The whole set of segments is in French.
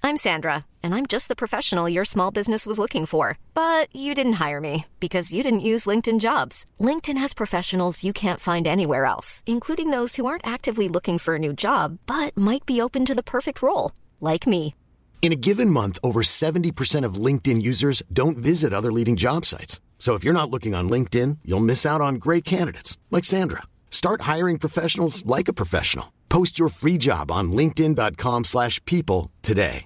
I'm Sandra, and I'm just the professional your small business was looking for. But you didn't hire me because you didn't use LinkedIn Jobs. LinkedIn has professionals you can't find anywhere else, including those who aren't actively looking for a new job, but might be open to the perfect role, like me. In a given month, over 70% of LinkedIn users don't visit other leading job sites. So if you're not looking on LinkedIn, you'll miss out on great candidates like Sandra. Start hiring professionals like a professional. Post your free job on linkedin.com/people today.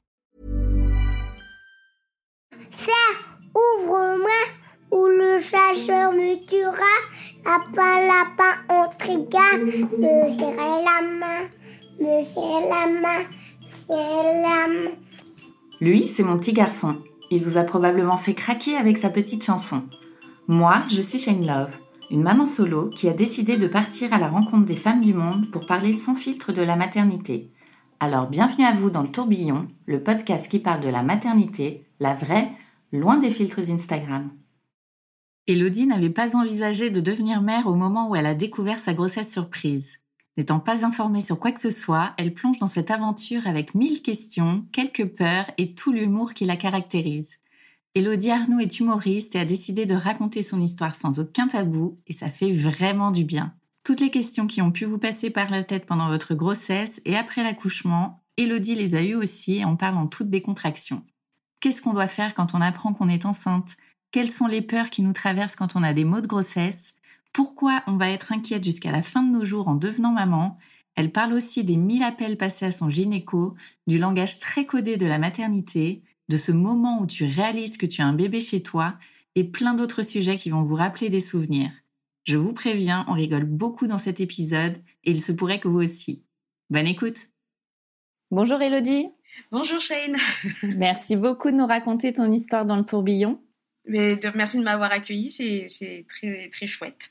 Serre, ouvre-moi, ou le chasseur me tuera. Lapin, on triga. Me serrer la main, me serrer la main, me serrer la main. Lui, c'est mon petit garçon. Il vous a probablement fait craquer avec sa petite chanson. Moi, je suis Shane Love, une maman solo qui a décidé de partir à la rencontre des femmes du monde pour parler sans filtre de la maternité. Alors bienvenue à vous dans le Tourbillon, le podcast qui parle de la maternité, la vraie, loin des filtres Instagram. Élodie n'avait pas envisagé de devenir mère au moment où elle a découvert sa grossesse surprise. N'étant pas informée sur quoi que ce soit, elle plonge dans cette aventure avec 1000 questions, quelques peurs et tout l'humour qui la caractérise. Élodie Arnoux est humoriste et a décidé de raconter son histoire sans aucun tabou et ça fait vraiment du bien. Toutes les questions qui ont pu vous passer par la tête pendant votre grossesse et après l'accouchement, Élodie les a eues aussi et en parle en toute décontraction. Qu'est-ce qu'on doit faire quand on apprend qu'on est enceinte ? Quelles sont les peurs qui nous traversent quand on a des maux de grossesse ? Pourquoi on va être inquiète jusqu'à la fin de nos jours en devenant maman ? Elle parle aussi des 1000 appels passés à son gynéco, du langage très codé de la maternité, de ce moment où tu réalises que tu as un bébé chez toi et plein d'autres sujets qui vont vous rappeler des souvenirs. Je vous préviens, on rigole beaucoup dans cet épisode et il se pourrait que vous aussi. Bonne écoute. Bonjour Élodie. Bonjour Shane. Merci beaucoup de nous raconter ton histoire dans le tourbillon. Merci de m'avoir accueillie, c'est très, très chouette.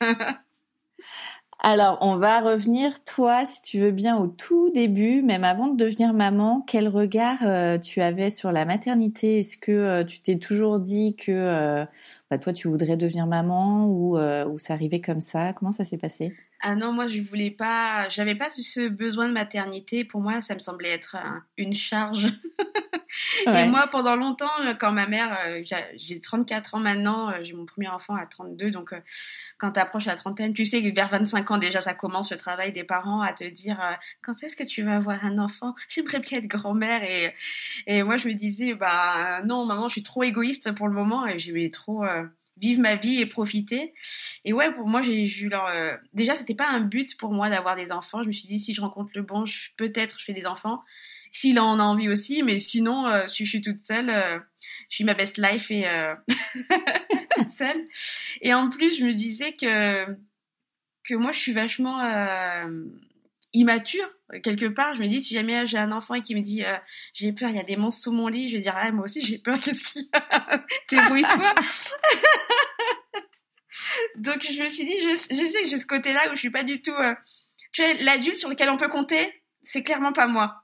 Alors, on va revenir, toi, si tu veux bien, au tout début, même avant de devenir maman. Quel regard tu avais sur la maternité ? Est-ce que tu t'es toujours dit que toi, tu voudrais devenir maman ou ça arrivait comme ça ? Comment ça s'est passé ? Ah non, moi j'avais pas ce besoin de maternité. Pour moi, ça me semblait être une charge. Ouais. Et moi, pendant longtemps, quand ma mère, j'ai 34 ans maintenant, j'ai mon premier enfant à 32, donc quand t'approches la trentaine, tu sais que vers 25 ans déjà, ça commence le travail des parents à te dire quand est-ce que tu vas avoir un enfant ? J'aimerais bien être grand-mère et moi je me disais non maman, je suis trop égoïste pour le moment et j'aimais trop vivre ma vie et profiter. Et ouais, pour moi, j'ai eu déjà, c'était pas un but pour moi d'avoir des enfants. Je me suis dit, si je rencontre le bon, peut-être je fais des enfants. S'il en a envie aussi, mais sinon, si je suis toute seule, je suis ma best life et toute seule. Et en plus, je me disais que moi, je suis vachement immature quelque part. Je me dis, si jamais j'ai un enfant et qui me dit j'ai peur, il y a des monstres sous mon lit, je vais dire moi aussi j'ai peur, qu'est-ce qu'il y a ? Débrouille-toi. Donc je me suis dit, je sais que j'ai ce côté-là où je suis pas du tout tu vois, l'adulte sur lequel on peut compter, c'est clairement pas moi.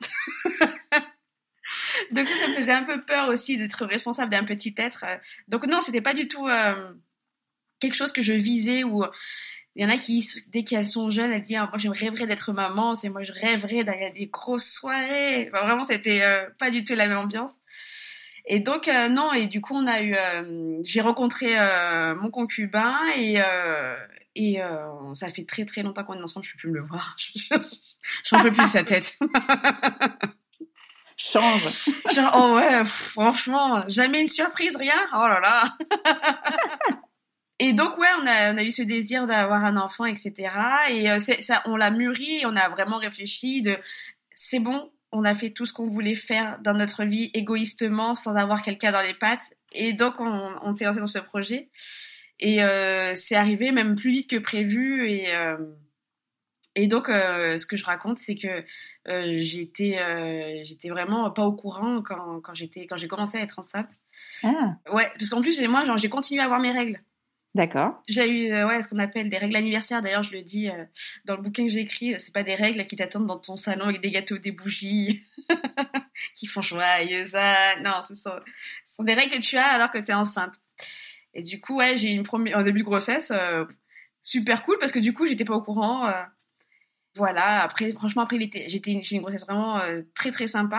Donc ça me faisait un peu peur aussi d'être responsable d'un petit être. Donc non, c'était pas du tout quelque chose que je visais. Ou il y en a qui, dès qu'elles sont jeunes, elles disent moi je rêverais d'être maman, moi je rêverais d'aller à des grosses soirées. Enfin, vraiment, c'était pas du tout la même ambiance. Et donc non, et du coup j'ai rencontré mon concubin et ça fait très très longtemps qu'on est ensemble, je peux plus me le voir. J'en peux plus de sa tête. Change. Genre, oh ouais, franchement, jamais une surprise, rien. Oh là là. Et donc ouais, on a eu ce désir d'avoir un enfant, etc. Et ça, on l'a mûri, on a vraiment réfléchi c'est bon, on a fait tout ce qu'on voulait faire dans notre vie égoïstement, sans avoir quelqu'un dans les pattes. Et donc on s'est lancé dans ce projet. Et c'est arrivé même plus vite que prévu. Et donc ce que je raconte, c'est que j'étais vraiment pas au courant quand j'ai commencé à être enceinte. Ah. Ouais, parce qu'en plus moi j'ai continué à avoir mes règles. D'accord. J'ai eu ce qu'on appelle des règles anniversaires. D'ailleurs, je le dis dans le bouquin que j'ai écrit, c'est pas des règles qui t'attendent dans ton salon avec des gâteaux, des bougies qui font joyeuse. Non, ce sont des règles que tu as alors que t'es enceinte. Et du coup, ouais, j'ai eu un début de grossesse super cool parce que du coup, j'étais pas au courant. Voilà. Après, franchement, j'ai une grossesse vraiment très très sympa.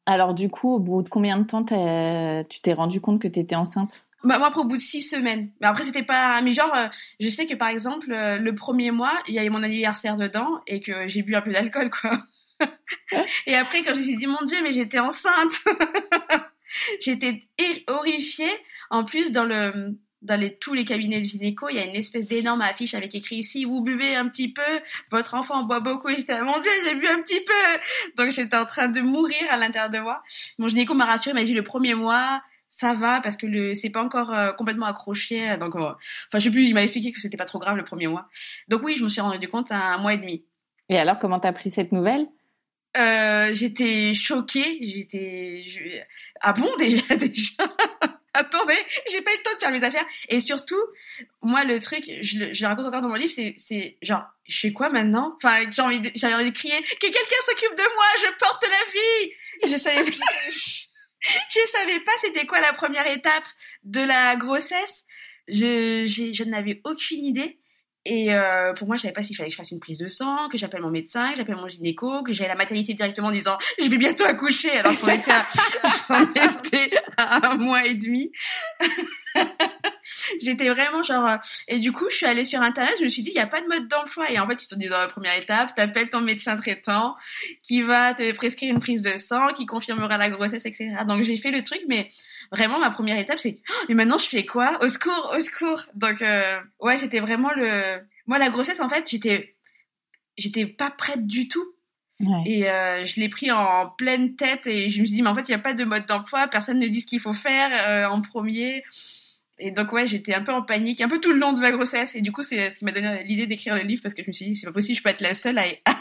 Alors du coup, au bout de combien de temps tu t'es rendu compte que t'étais enceinte? Bah, moi, après, au bout de 6 semaines. Mais après, c'était pas... Mais genre, je sais que, par exemple, le premier mois, il y avait mon anniversaire dedans et que j'ai bu un peu d'alcool, quoi. Et après, quand je me suis dit, mon Dieu, mais j'étais enceinte. J'étais horrifiée. En plus, tous les cabinets de gynéco, il y a une espèce d'énorme affiche avec écrit ici, vous buvez un petit peu, votre enfant boit beaucoup. Et j'étais, mon Dieu, j'ai bu un petit peu. Donc, j'étais en train de mourir à l'intérieur de moi. Mon gynéco m'a rassurée, m'a dit le premier mois, ça va, parce que c'est pas encore complètement accroché. Donc, enfin, je sais plus, il m'a expliqué que c'était pas trop grave le premier mois. Donc oui, je me suis rendu compte à 1 mois et demi. Et alors, comment t'as pris cette nouvelle? J'étais choquée. Ah bon, déjà. Attendez, j'ai pas eu le temps de faire mes affaires. Et surtout, moi, le truc, je le raconte encore dans mon livre, c'est genre, je fais quoi maintenant? Enfin, j'avais envie de crier, que quelqu'un s'occupe de moi, je porte la vie! Je savais pas c'était quoi la première étape de la grossesse. Je n'avais aucune idée. Et pour moi, je savais pas s'il fallait que je fasse une prise de sang, que j'appelle mon médecin, que j'appelle mon gynéco, que j'aille à la maternité directement en disant je vais bientôt accoucher, alors qu'on était à 1 mois et demi. J'étais vraiment genre... Et du coup, je suis allée sur Internet, je me suis dit, il n'y a pas de mode d'emploi. Et en fait, ils te disent dans la première étape, t'appelles ton médecin traitant qui va te prescrire une prise de sang, qui confirmera la grossesse, etc. Donc, j'ai fait le truc, mais vraiment, ma première étape, c'est « Mais maintenant, je fais quoi ? Au secours, au secours !» Donc, ouais, c'était vraiment Moi, la grossesse, en fait, j'étais pas prête du tout. Ouais. Et je l'ai pris en pleine tête et je me suis dit, mais en fait, il n'y a pas de mode d'emploi, personne ne dit ce qu'il faut faire en premier. Et donc, ouais, j'étais un peu en panique, un peu tout le long de ma grossesse. Et du coup, c'est ce qui m'a donné l'idée d'écrire le livre parce que je me suis dit, c'est pas possible, je peux être la seule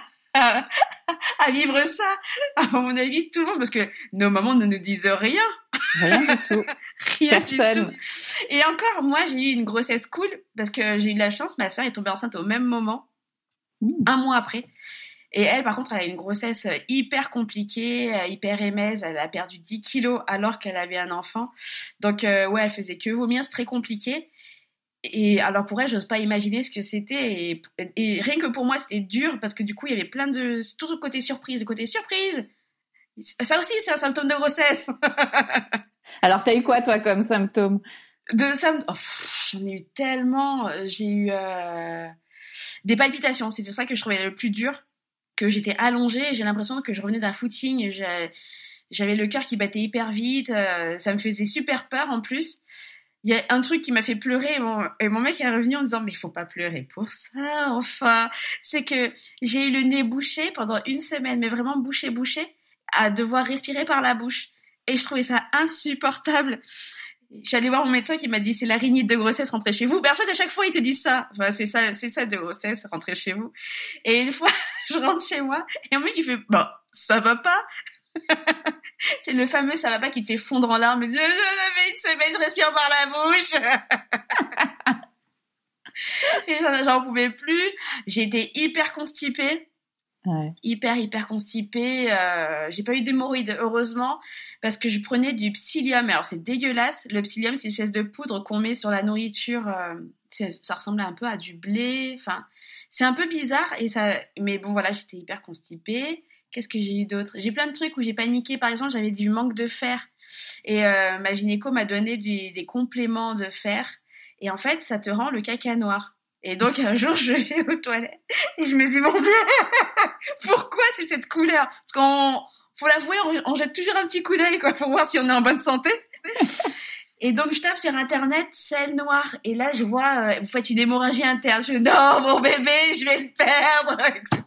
à vivre ça. À mon avis, tout le monde, parce que nos mamans ne nous disent rien. Rien du tout. Rien Personne. Du tout. Et encore, moi, j'ai eu une grossesse cool parce que j'ai eu de la chance, ma sœur est tombée enceinte au même moment, 1 mois après. Et elle, par contre, elle a une grossesse hyper compliquée, hyper émaise. Elle a perdu 10 kilos alors qu'elle avait un enfant. Donc, ouais, elle faisait que vomir. C'est très compliqué. Et alors, pour elle, j'ose pas imaginer ce que c'était. Et rien que pour moi, c'était dur parce que du coup, il y avait plein de... Tout le côté surprise. Le côté surprise, ça aussi, c'est un symptôme de grossesse. Alors, t'as eu quoi, toi, comme symptôme? J'en ai eu tellement. J'ai eu des palpitations. C'était ça que je trouvais le plus dur. Que j'étais allongée et j'ai l'impression que je revenais d'un footing. J'avais le cœur qui battait hyper vite. Ça me faisait super peur en plus. Il y a un truc qui m'a fait pleurer et mon mec est revenu en disant « Mais il faut pas pleurer pour ça, enfin !» C'est que j'ai eu le nez bouché pendant 1 semaine, mais vraiment bouché, à devoir respirer par la bouche. Et je trouvais ça insupportable. Je suis allée voir mon médecin qui m'a dit « C'est la rhinite de grossesse, rentrez chez vous. » Ben, en fait, à chaque fois, ils te disent ça. Enfin, c'est ça de grossesse, rentrez chez vous. Et une fois, je rentre chez moi et mon mec, il fait « Bon, ça va pas ?» C'est le fameux ça va pas qui te fait fondre en larmes. Je avais 1 semaine, je respire par la bouche. Et j'en pouvais plus. J'ai été hyper constipée. Ouais. Hyper constipée. J'ai pas eu d'hémorroïdes, heureusement, parce que je prenais du psyllium. Alors, c'est dégueulasse. Le psyllium, c'est une espèce de poudre qu'on met sur la nourriture. Ça ressemblait un peu à du blé. Enfin, c'est un peu bizarre. Mais bon, voilà, j'étais hyper constipée. Qu'est-ce que j'ai eu d'autre ? J'ai plein de trucs où j'ai paniqué. Par exemple, j'avais du manque de fer. Et ma gynéco m'a donné des compléments de fer. Et en fait, ça te rend le caca noir. Et donc, un jour, je vais aux toilettes. Et je me dis, mon Dieu, pourquoi c'est cette couleur ? Parce faut l'avouer, on jette toujours un petit coup d'œil, quoi, pour voir si on est en bonne santé. Et donc, je tape sur Internet, sel noir. Et là, je vois, vous faites une hémorragie interne. Je dis, non, mon bébé, je vais le perdre, etc.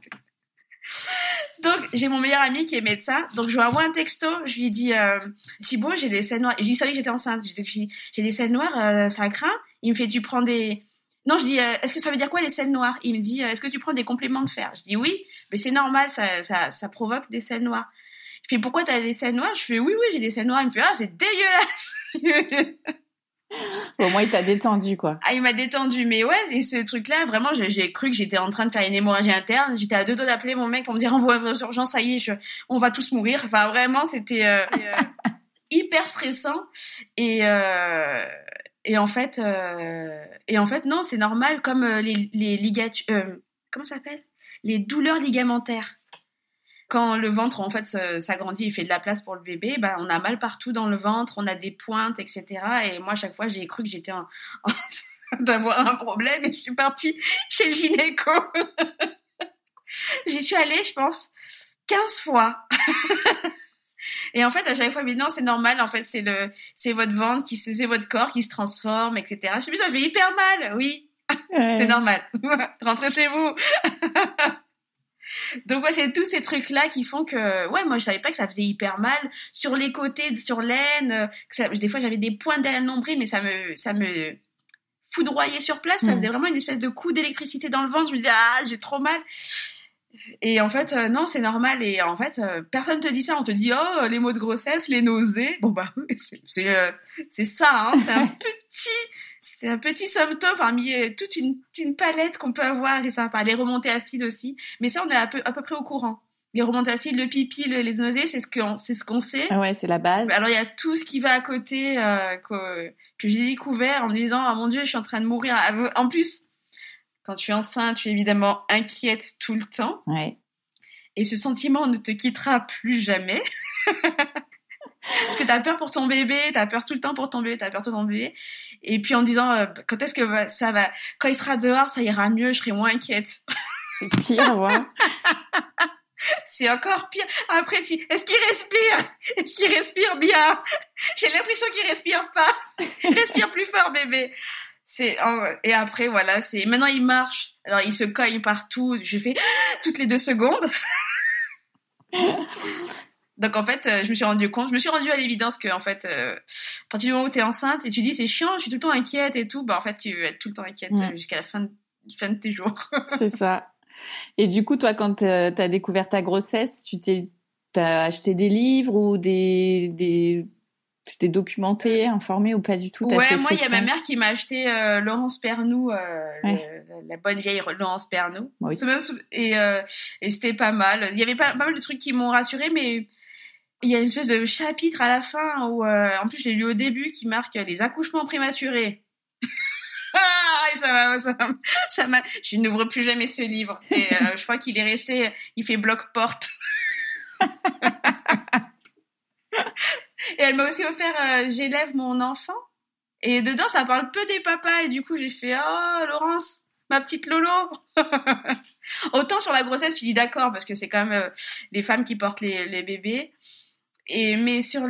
Donc, j'ai mon meilleur ami qui est médecin. Donc, je lui envoie un texto. Je lui dis, Thibaut, j'ai des selles noires. Et lui, il savait que j'étais enceinte. Je dis, j'ai des selles noires, ça craint. Il me fait, tu prends des... Non, je dis, est-ce que ça veut dire quoi les selles noires ? Il me dit, est-ce que tu prends des compléments de fer ? Je dis, oui, mais c'est normal, ça provoque des selles noires. Il fait, pourquoi t'as des selles noires ? Je fais, oui, j'ai des selles noires. Il me fait, ah, c'est dégueulasse. Au moins, il t'a détendu, quoi. Ah, il m'a détendu. Mais ouais, et ce truc-là, vraiment, j'ai cru que j'étais en train de faire une hémorragie interne. J'étais à 2 doigts d'appeler mon mec pour me dire, envoie aux urgences, ça y est, on va tous mourir. Enfin, vraiment, c'était hyper stressant. Et en fait, non, c'est normal, comme les ligatures, comment ça s'appelle ? Les douleurs ligamentaires. quand le ventre, en fait, s'agrandit et fait de la place pour le bébé, bah, on a mal partout dans le ventre, on a des pointes, etc. Et moi, à chaque fois, j'ai cru que j'étais d'avoir un problème et je suis partie chez le gynéco. J'y suis allée, je pense, 15 fois. Et en fait, à chaque fois, mais non, c'est normal. En fait, c'est votre ventre c'est votre corps qui se transforme, etc. Je me suis dit, ça fait hyper mal. Oui, c'est normal. Rentrez chez vous. Donc ouais, c'est tous ces trucs-là qui font que, ouais, moi je savais pas que ça faisait hyper mal sur les côtés, sur l'aine. Des fois j'avais des points derrière le nombril, mais ça me foudroyait sur place. Ça faisait vraiment une espèce de coup d'électricité dans le ventre. Je me disais j'ai trop mal. Et en fait, non, c'est normal. Et en fait, personne te dit ça. On te dit, les maux de grossesse, les nausées. Bon, bah, c'est ça, hein. C'est un petit symptôme parmi toute une palette qu'on peut avoir. C'est sympa. Les remontées acides aussi. Mais ça, on est à peu près au courant. Les remontées acides, le pipi, les nausées, c'est ce qu'on sait. Ah ouais, c'est la base. Alors, il y a tout ce qui va à côté, que j'ai découvert en me disant, oh mon Dieu, je suis en train de mourir. En plus, quand tu es enceinte, tu es évidemment inquiète tout le temps. Ouais. Et ce sentiment ne te quittera plus jamais. Parce que tu as peur pour ton bébé, tu as peur tout le temps pour ton bébé, tu as peur pour ton bébé. Et puis en disant, quand est-ce que ça va... Quand il sera dehors, ça ira mieux, je serai moins inquiète. C'est pire, ouais. C'est encore pire. Après, est-ce qu'il respire bien? J'ai l'impression qu'il respire pas. Il respire plus fort, bébé. Et après, voilà, maintenant il marche. Alors il se cogne partout. Je fais toutes les 2 secondes. Donc en fait, je me suis rendu à l'évidence que en fait, à partir du moment où t'es enceinte et tu dis c'est chiant, je suis tout le temps inquiète et tout, bah en fait tu vas être tout le temps inquiète jusqu'à la fin de tes jours. C'est ça. Et du coup, toi, quand t'as découvert ta grossesse, t'as acheté des livres ou tu t'es documenté, informé ou pas du tout? Ouais, moi, il y a ma mère qui m'a acheté Laurence Pernou, la bonne vieille Laurence Pernou. Moi aussi. Et c'était pas mal. Il y avait pas mal de trucs qui m'ont rassurée, mais il y a une espèce de chapitre à la fin où, en plus, je l'ai lu au début, qui marque les accouchements prématurés. Et ça m'a, je n'ouvre plus jamais ce livre. Et je crois qu'il est resté, il fait bloc-porte. Et elle m'a aussi offert J'élève mon enfant. Et dedans, ça parle peu des papas. Et du coup, j'ai fait Laurence, ma petite Lolo. Autant sur la grossesse, tu dis d'accord, parce que c'est quand même les femmes qui portent les bébés. Mais sur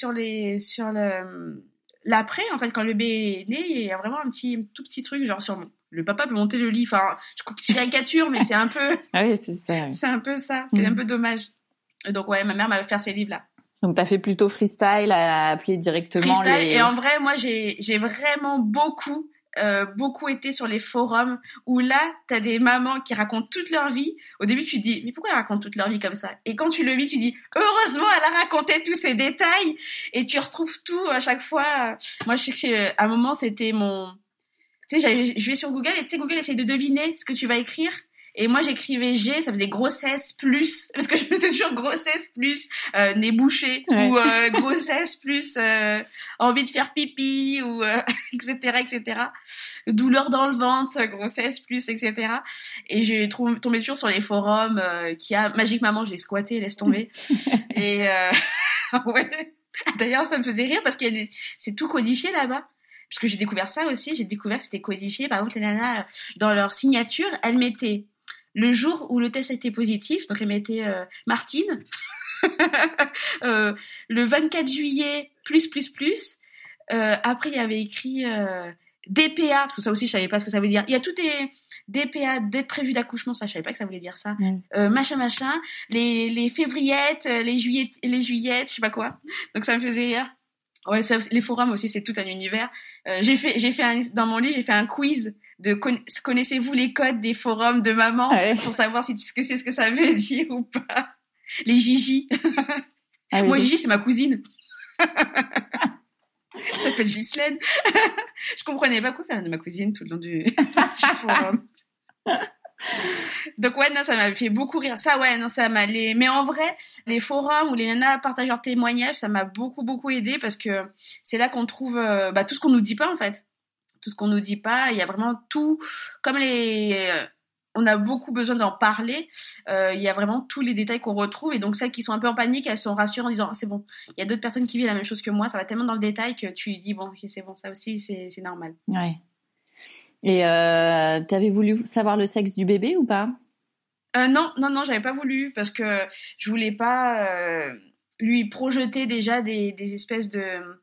l'après, en fait, quand le bébé est né, il y a vraiment un tout petit truc, genre le papa peut monter le lit. Enfin, je caricature, mais c'est un peu. Ah oui, c'est ça. C'est un peu ça. C'est un peu dommage. Et donc, ouais, ma mère m'a offert ces livres-là. Donc, t'as fait plutôt freestyle à appeler directement freestyle, et en vrai, moi, j'ai vraiment beaucoup été sur les forums où là, t'as des mamans qui racontent toute leur vie. Au début, tu te dis, mais pourquoi elles racontent toute leur vie comme ça? Et quand tu le vis, tu dis, heureusement, elle a raconté tous ces détails. Et tu retrouves tout à chaque fois. Moi, je sais que à un moment, c'était tu sais, je vais sur Google et tu sais, Google essaie de deviner ce que tu vas écrire. Et moi, j'écrivais G, ça faisait grossesse plus, parce que je mettais toujours grossesse plus nez bouché, ou grossesse plus envie de faire pipi, ou etc. Douleur dans le ventre, grossesse plus, etc. Et j'ai tombé toujours sur les forums Magique Maman, j'ai squatté, laisse tomber. Et ouais. D'ailleurs, ça me faisait rire parce que c'est tout codifié là-bas. Parce que j'ai découvert ça aussi, j'ai découvert que c'était codifié. Par exemple, les nanas, dans leur signature, elles mettaient le jour où le test était positif, donc elle mettait Martine, le 24 juillet, plus. Après, il y avait écrit DPA, parce que ça aussi, je savais pas ce que ça voulait dire. Il y a tout des DPA, date prévue d'accouchement, ça, je savais pas que ça voulait dire ça. Machin, les févriettes, les juillettes, je sais pas quoi. Donc ça me faisait rire. Ouais, les forums aussi, c'est tout un univers. Dans mon livre, j'ai fait un quiz de connaissez-vous les codes des forums de maman pour savoir ce que ça veut dire ou pas. Les Gigi. Ah, oui. Moi, Gigi, c'est ma cousine. Ça s'appelle Ghislaine. Je comprenais pas quoi faire de ma cousine tout le long du forum. Donc ouais, non, ça m'a fait beaucoup rire. Ça, ouais, non, ça m'a mais en vrai, les forums où les nanas partagent leurs témoignages, ça m'a beaucoup aidé parce que c'est là qu'on trouve tout ce qu'on nous dit pas en fait. Tout ce qu'on nous dit pas, il y a vraiment tout, comme on a beaucoup besoin d'en parler. Il y a vraiment tous les détails qu'on retrouve. Et donc, celles qui sont un peu en panique, elles sont rassurées en disant, c'est bon, il y a d'autres personnes qui vivent la même chose que moi. Ça va tellement dans le détail que tu dis, bon, okay, c'est bon, ça aussi, c'est normal. Ouais. Et t'avais voulu savoir le sexe du bébé ou pas ? Non, j'avais pas voulu parce que je voulais pas lui projeter déjà des espèces de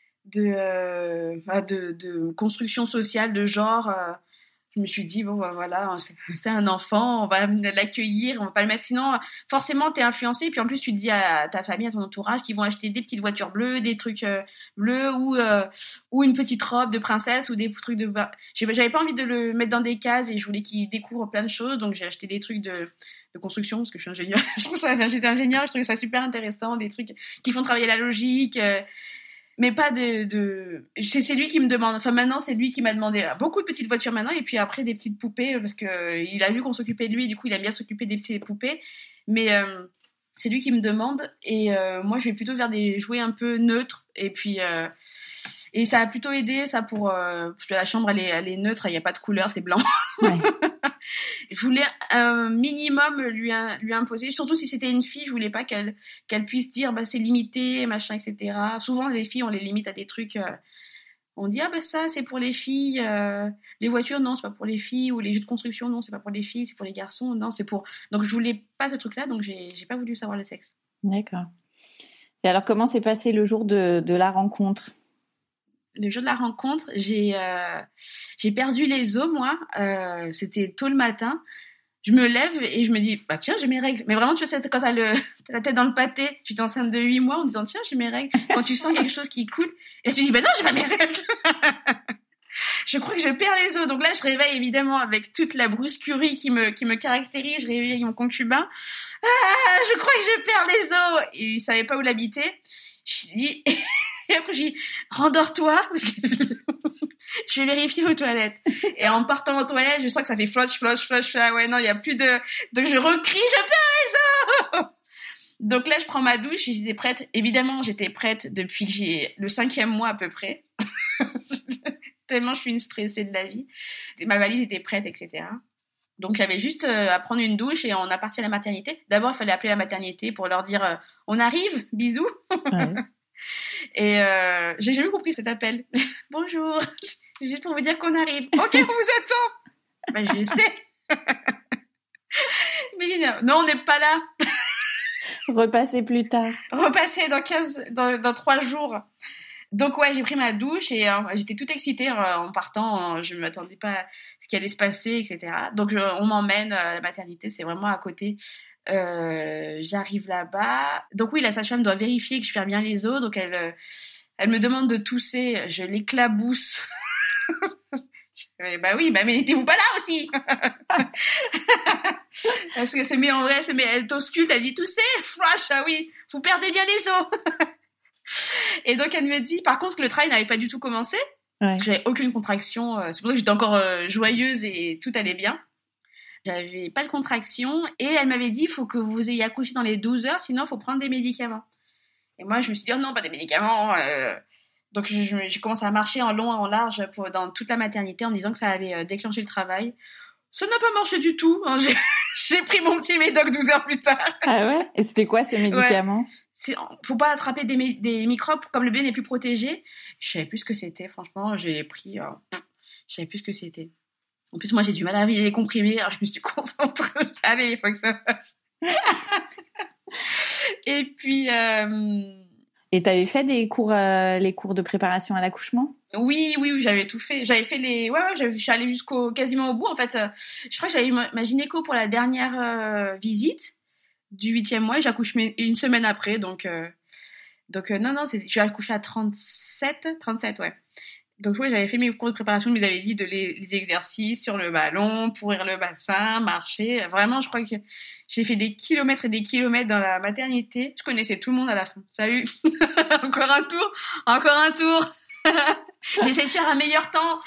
construction sociale de genre. Je me suis dit, bon, bah, voilà, c'est un enfant, on va l'accueillir, on va pas le mettre. Sinon, forcément, t'es influencé. Et puis en plus, tu te dis à ta famille, à ton entourage, qu'ils vont acheter des petites voitures bleues, des trucs bleus ou une petite robe de princesse ou des trucs de... J'avais pas envie de le mettre dans des cases et je voulais qu'il découvre plein de choses. Donc, j'ai acheté des trucs de construction parce que je suis ingénieure. J'étais ingénieure, je trouvais ça super intéressant, des trucs qui font travailler la logique. Mais pas c'est lui qui me demande. Enfin, maintenant, c'est lui qui m'a demandé beaucoup de petites voitures maintenant, et puis après des petites poupées, parce que il a vu qu'on s'occupait de lui, et du coup, il aime bien s'occuper de ses poupées. Mais c'est lui qui me demande, et moi, je vais plutôt vers des jouets un peu neutres, et puis et ça a plutôt aidé, ça, pour parce que la chambre, elle est neutre, il n'y a pas de couleur, c'est blanc. Ouais. Je voulais un minimum lui imposer, surtout si c'était une fille, je voulais pas qu'elle puisse dire bah c'est limité, machin, etc. Souvent les filles on les limite à des trucs, on dit ah bah ça c'est pour les filles, les voitures non c'est pas pour les filles, ou les jeux de construction non c'est pas pour les filles, c'est pour les garçons, non c'est pour. Donc je voulais pas ce truc là, donc j'ai pas voulu savoir le sexe. D'accord. Et alors comment s'est passé le jour de la rencontre ? Le jour de la rencontre, j'ai perdu les os, moi. C'était tôt le matin. Je me lève et je me dis, bah tiens, j'ai mes règles. Mais vraiment, tu sais, quand t'as la tête dans le pâté, j'étais enceinte de 8 mois en me disant, tiens, j'ai mes règles. Quand tu sens quelque chose qui coule, et tu dis, bah non, j'ai pas mes règles. Je crois que je perds les os. Donc là, je réveille évidemment avec toute la brusquerie qui me caractérise. Je réveille mon concubin. Ah, je crois que je perds les os. Et il savait pas où l'habiter. Je dis... Et après, je dis, rendors-toi, parce que je vais vérifier aux toilettes. Et en partant aux toilettes, je sens que ça fait flush. Ah ouais, non, il y a plus de... Donc je recrie, je perds les os. Donc là, je prends ma douche et j'étais prête. Évidemment, j'étais prête depuis que j'ai le 5e mois à peu près. Tellement je suis une stressée de la vie. Et ma valise était prête, etc. Donc j'avais juste à prendre une douche et on a parti à la maternité. D'abord, il fallait appeler la maternité pour leur dire, on arrive, bisous. Ouais. Et j'ai jamais compris cet appel. Bonjour, c'est juste pour vous dire qu'on arrive. Ok, on vous attend. Ben je sais. Mais non, on n'est pas là. Repassez plus tard. Repassez dans 3 jours. Donc ouais, j'ai pris ma douche et j'étais toute excitée en partant. Je ne m'attendais pas à ce qui allait se passer, etc. Donc on m'emmène à la maternité, c'est vraiment à côté. J'arrive là-bas. Donc oui, la sage-femme doit vérifier que je perds bien les os. Donc elle me demande de tousser. Je l'éclabousse. Bah oui, bah mais n'étiez-vous pas là aussi? Parce que elle t'ausculte, elle dit tousser. Flash, ah oui, vous perdez bien les os. Et donc elle me dit, par contre, que le travail n'avait pas du tout commencé. Ouais. Parce que j'avais aucune contraction. C'est pour ça que j'étais encore joyeuse et tout allait bien. J'avais pas de contraction et elle m'avait dit il faut que vous ayez accouché dans les 12 heures, sinon il faut prendre des médicaments. Et moi je me suis dit oh non, pas des médicaments. Donc j'ai commencé à marcher en long et en large dans toute la maternité en me disant que ça allait déclencher le travail. Ça n'a pas marché du tout, hein. J'ai pris mon petit médoc 12 heures plus tard. Ah ouais? Et c'était quoi ce médicament? Ouais. Faut pas attraper des microbes, comme le bébé n'est plus protégé. Je savais plus ce que c'était, franchement, je l'ai pris, je savais plus ce que c'était. En plus, moi, j'ai du mal à avaler les comprimés, alors je me suis concentrée. Allez, il faut que ça passe. Et puis... Et t'avais fait les cours de préparation à l'accouchement? Oui, j'avais tout fait. J'avais fait je suis allée quasiment au bout. En fait, je crois que j'avais eu ma gynéco pour la dernière visite du 8e mois et j'accouche une semaine après. Donc non, j'ai accouché à 37, ouais. Donc oui, j'avais fait mes cours de préparation, ils m'avaient dit les exercices sur le ballon, pourrir le bassin, marcher. Vraiment, je crois que j'ai fait des kilomètres et des kilomètres dans la maternité. Je connaissais tout le monde à la fin. Salut. Encore un tour. J'essaie de faire un meilleur temps.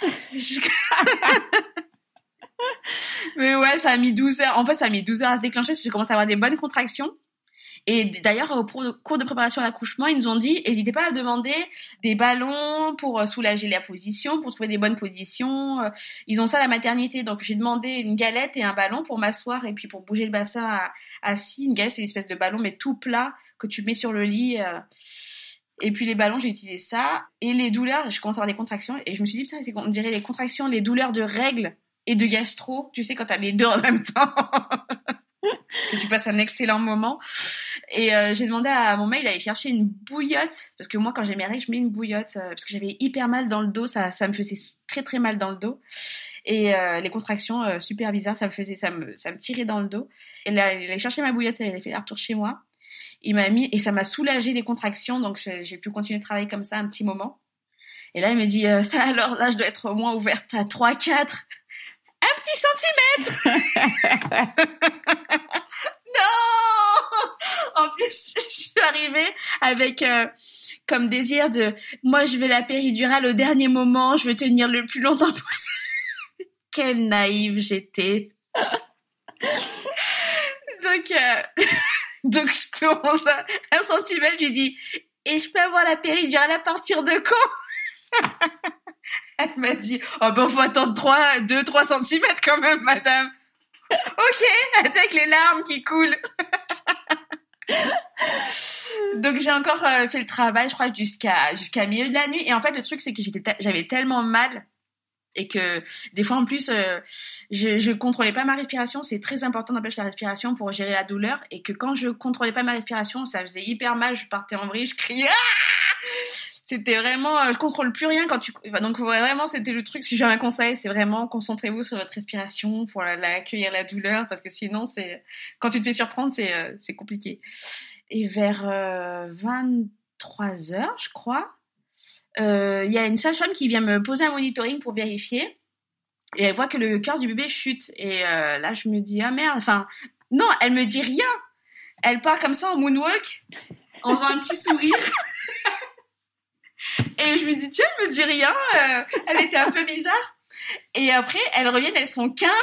Mais ouais, ça a mis 12 heures. En fait, ça a mis 12 heures à se déclencher parce que j'ai commencé à avoir des bonnes contractions. Et d'ailleurs, au cours de préparation à l'accouchement, ils nous ont dit, n'hésitez pas à demander des ballons pour soulager la position, pour trouver des bonnes positions. Ils ont ça à la maternité. Donc, j'ai demandé une galette et un ballon pour m'asseoir et puis pour bouger le bassin assis. Une galette, c'est une espèce de ballon, mais tout plat que tu mets sur le lit. Et puis les ballons, j'ai utilisé ça. Et les douleurs, je commence à avoir des contractions. Et je me suis dit, putain, on dirait les contractions, les douleurs de règles et de gastro. Tu sais, quand t'as les deux en même temps. Que tu passes un excellent moment. Et j'ai demandé à mon mec d'aller chercher une bouillotte. Parce que moi, quand j'ai mes règles, je mets une bouillotte. Parce que j'avais hyper mal dans le dos. Ça me faisait très, très mal dans le dos. Et les contractions super bizarres, ça me tirait dans le dos. Et là, il a cherché ma bouillotte, elle a fait un retour chez moi. Il m'a mis, et ça m'a soulagé les contractions, donc j'ai pu continuer de travailler comme ça un petit moment. Et là, il me dit, ça alors, là, je dois être au moins ouverte à 3-4. Un petit centimètre. Non. En plus, je suis arrivée avec comme désir de, moi, je vais la péridurale au dernier moment, je veux tenir le plus longtemps possible. Quelle naïve j'étais. Donc, je commence à 1 centimètre, je lui dis, et je peux avoir la péridurale à partir de quand? Elle m'a dit, oh ben, faut attendre 2-3 centimètres quand même, madame. Ok, avec les larmes qui coulent. Donc, j'ai encore fait le travail, je crois, jusqu'à milieu de la nuit. Et en fait, le truc, c'est que j'avais tellement mal. Et que des fois en plus je contrôlais pas ma respiration. C'est très important d'empêcher la respiration pour gérer la douleur, et que quand je contrôlais pas ma respiration, ça faisait hyper mal, je partais en vrille, je criais c'était vraiment je contrôle plus rien donc vraiment c'était le truc. Si j'ai un conseil, c'est vraiment concentrez-vous sur votre respiration pour accueillir la douleur, parce que sinon c'est quand tu te fais surprendre c'est compliqué. Et vers 23h je crois, y a une sage-femme qui vient me poser un monitoring pour vérifier, et elle voit que le cœur du bébé chute. Et là, je me dis, ah merde, enfin, non, elle me dit rien. Elle part comme ça en moonwalk, en faisant un petit sourire. Et je me dis, tiens, elle me dit rien, elle était un peu bizarre. Et après, elles reviennent, elles sont 15.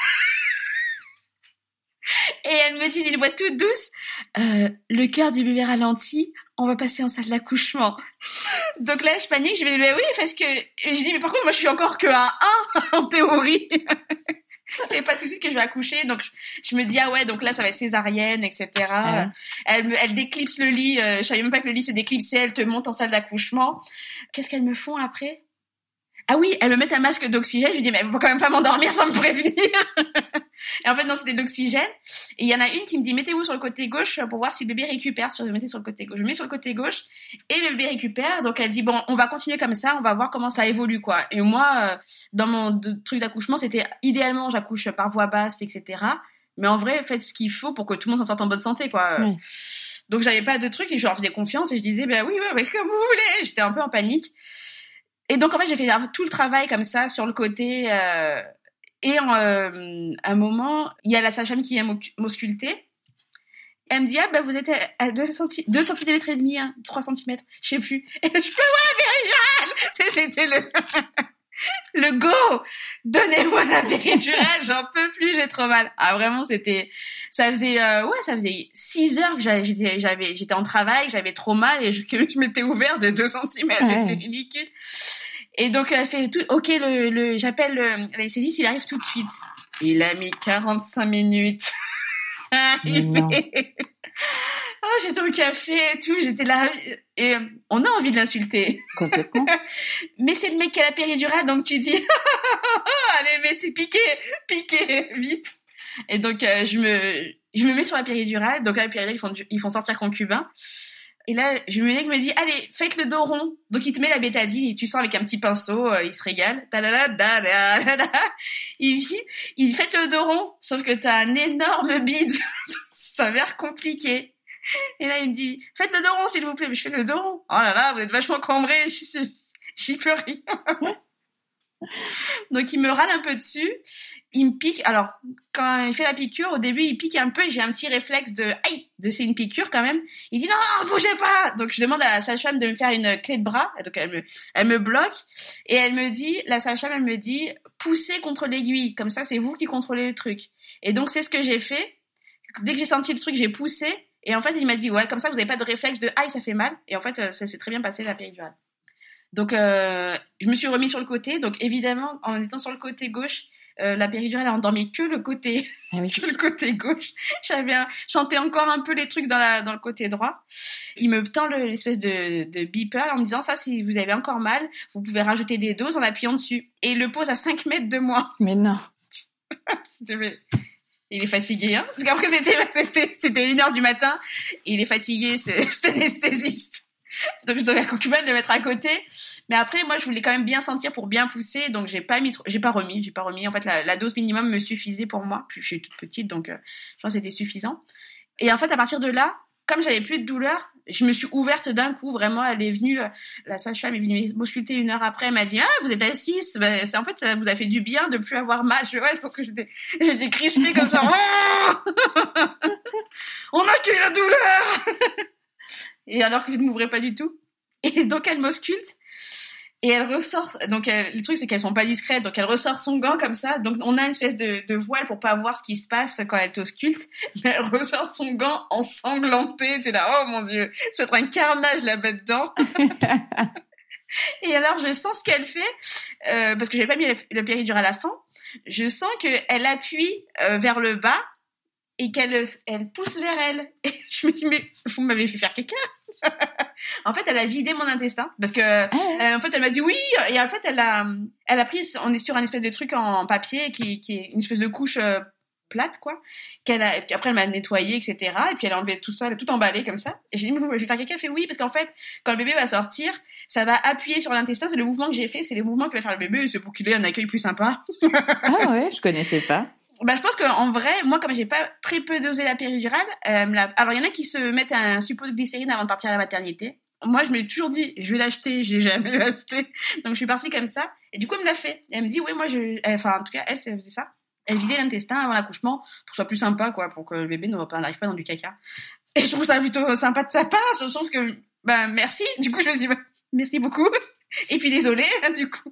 Et elle me dit d'une voix toute douce, le cœur du bébé ralentit, on va passer en salle d'accouchement. Donc là, je panique, je me dis, mais oui, parce que, je dis, mais par contre, moi, je suis encore que à 1, en théorie. C'est pas tout de suite que je vais accoucher. Donc, je me dis, ah ouais, donc là, ça va être césarienne, etc. Ouais. Elle déclipse le lit, je savais même pas que le lit se déclipsait, elle te monte en salle d'accouchement. Qu'est-ce qu'elles me font après? Ah oui, elles me mettent un masque d'oxygène. Je lui dis, mais elles vont quand même pas m'endormir sans me prévenir. Et en fait, non, c'était de l'oxygène. Et il y en a une qui me dit, mettez-vous sur le côté gauche pour voir si le bébé récupère. Je mettez sur le côté gauche. Je mets sur le côté gauche et le bébé récupère. Donc, elle dit, bon, on va continuer comme ça, on va voir comment ça évolue, quoi. Et moi, dans mon truc d'accouchement, c'était idéalement, j'accouche par voie basse, etc. Mais en vrai, faites ce qu'il faut pour que tout le monde s'en sorte en bonne santé, quoi. Oui. Donc, j'avais pas de truc et je leur faisais confiance et je disais, ben oui, comme vous voulez. J'étais un peu en panique. Et donc, en fait, j'ai fait tout le travail comme ça sur le côté. Et à un moment, il y a la sage-femme qui vient m'ausculter. Elle me dit, ah, ben, vous êtes à 2 cm et demi, 3 cm, je sais plus. Et je peux voir la péridurale! C'était le go! Donnez-moi la péridurale, j'en peux plus, j'ai trop mal. Ah, vraiment, ça faisait 6 heures que j'étais en travail, j'avais trop mal et que je m'étais ouvert de 2 cm, c'était ridicule. Et donc, elle fait tout, ok, j'appelle l'anesthésiste, il arrive tout de suite. Il a mis 45 minutes. Oh, j'étais au café et tout, j'étais là, et on a envie de l'insulter. Complètement. Mais c'est le mec qui a la péridurale, donc tu dis, allez, mettez, piquez, vite. Et donc, je me mets sur la péridurale, donc là, la péridurale, ils font sortir concubin. Et là, le mec me dit, allez, faites le dos rond. Donc, il te met la bétadine et tu sens avec un petit pinceau, il se régale. Il fait le dos rond, sauf que t'as un énorme bide. Ça s'avère compliqué. Et là, il me dit, faites le dos rond, s'il vous plaît. Mais je fais le dos rond. Oh là là, vous êtes vachement cambré. J'y peux rien. Donc, il me râle un peu dessus. Il me pique. Alors, quand il fait la piqûre, au début, il pique un peu et j'ai un petit réflexe c'est une piqûre quand même. Il dit non, bougez pas. Donc, je demande à la sage-femme de me faire une clé de bras. Donc, elle me bloque et la sage-femme, elle me dit, poussez contre l'aiguille. Comme ça, c'est vous qui contrôlez le truc. Et donc, c'est ce que j'ai fait. Dès que j'ai senti le truc, j'ai poussé Et en fait, il m'a dit, ouais, comme ça, vous n'avez pas de réflexe de aïe, ça fait mal. Et en fait, ça s'est très bien passé, la péridurale. Donc, je me suis remis sur le côté. Donc, évidemment, en étant sur le côté gauche, la péridurale a endormi que le côté, que le côté gauche. J'avais chanté encore un peu les trucs dans le côté droit. Il me tend l'espèce de beeper en me disant, ça, si vous avez encore mal, vous pouvez rajouter des doses en appuyant dessus. Et il le pose à 5 mètres de moi. Mais non. Il est fatigué, hein. Parce qu'après, c'était 1h du matin. Et il est fatigué, c'est anesthésiste. Donc, je devais à concubin de le mettre à côté. Mais après, moi, je voulais quand même bien sentir pour bien pousser. Donc, j'ai pas remis. En fait, la dose minimum me suffisait pour moi. Puis, je suis toute petite, donc, je pense que c'était suffisant. Et en fait, à partir de là, comme j'avais plus de douleur, je me suis ouverte d'un coup. Vraiment, elle est venue, la sage-femme est venue m'ausculter 1 heure après. Elle m'a dit, vous êtes assise. En fait, ça vous a fait du bien de plus avoir mal. Je pense que j'étais crispée comme ça. On a tué la douleur. Et alors que je ne m'ouvrais pas du tout. Et donc, elle m'ausculte. Et elle ressort. Donc, le truc, c'est qu'elles sont pas discrètes. Donc, elle ressort son gant comme ça. Donc, on a une espèce de voile pour pas voir ce qui se passe quand elle t'ausculte. Mais elle ressort son gant ensanglantée. T'es là, oh mon Dieu, ça va être un carnage là-bas dedans. Et alors, je sens ce qu'elle fait, parce que j'avais pas mis le péridurale à la fin. Je sens qu'elle appuie vers le bas et qu'elle pousse vers elle. Et je me dis, mais vous m'avez fait faire caca. En fait, elle a vidé mon intestin parce que en fait, elle m'a dit oui, et en fait, elle a pris, on est sur un espèce de truc en papier qui est une espèce de couche plate, quoi, après elle m'a nettoyé, etc. Et puis elle a enlevé tout ça, elle a tout emballé comme ça. Et j'ai dit, mais je vais faire caca. Elle fait oui, parce qu'en fait, quand le bébé va sortir, ça va appuyer sur l'intestin. C'est le mouvement que j'ai fait, c'est les mouvements que va faire le bébé. C'est pour qu'il ait un accueil plus sympa. Ah ouais, je connaissais pas. Je pense qu'en vrai, moi, comme j'ai pas très peu dosé la péridurale, alors il y en a qui se mettent un suppôt de glycérine avant de partir à la maternité. Moi, je m'ai toujours dit, je vais l'acheter, j'ai jamais acheté. Donc, je suis partie comme ça. Et du coup, elle me l'a fait. Et elle me dit, oui, moi, en tout cas, elle faisait ça. Elle vidait l'intestin avant l'accouchement pour que ce soit plus sympa, quoi, pour que le bébé n'arrive pas dans du caca. Et je trouve ça plutôt sympa de sa part. Je trouve que, merci. Du coup, je me dis, merci beaucoup. Et puis, désolée, du coup.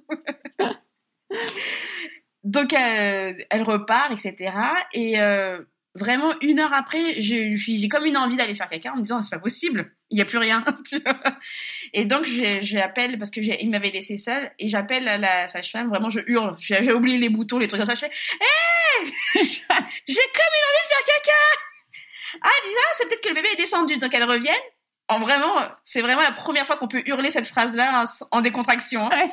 Donc, elle repart, etc. Et vraiment, 1 heure après, j'ai comme une envie d'aller faire caca en me disant, c'est pas possible, il n'y a plus rien. Et donc, j'appelle, parce qu'il m'avait laissé seule, et j'appelle la sage-femme, vraiment, je hurle. J'ai oublié les boutons, les trucs comme ça. Je fais, hé, j'ai comme une envie de faire caca. Ah, Lisa, c'est peut-être que le bébé est descendu. Donc, elle revient. C'est vraiment la première fois qu'on peut hurler cette phrase-là en décontraction. Hein.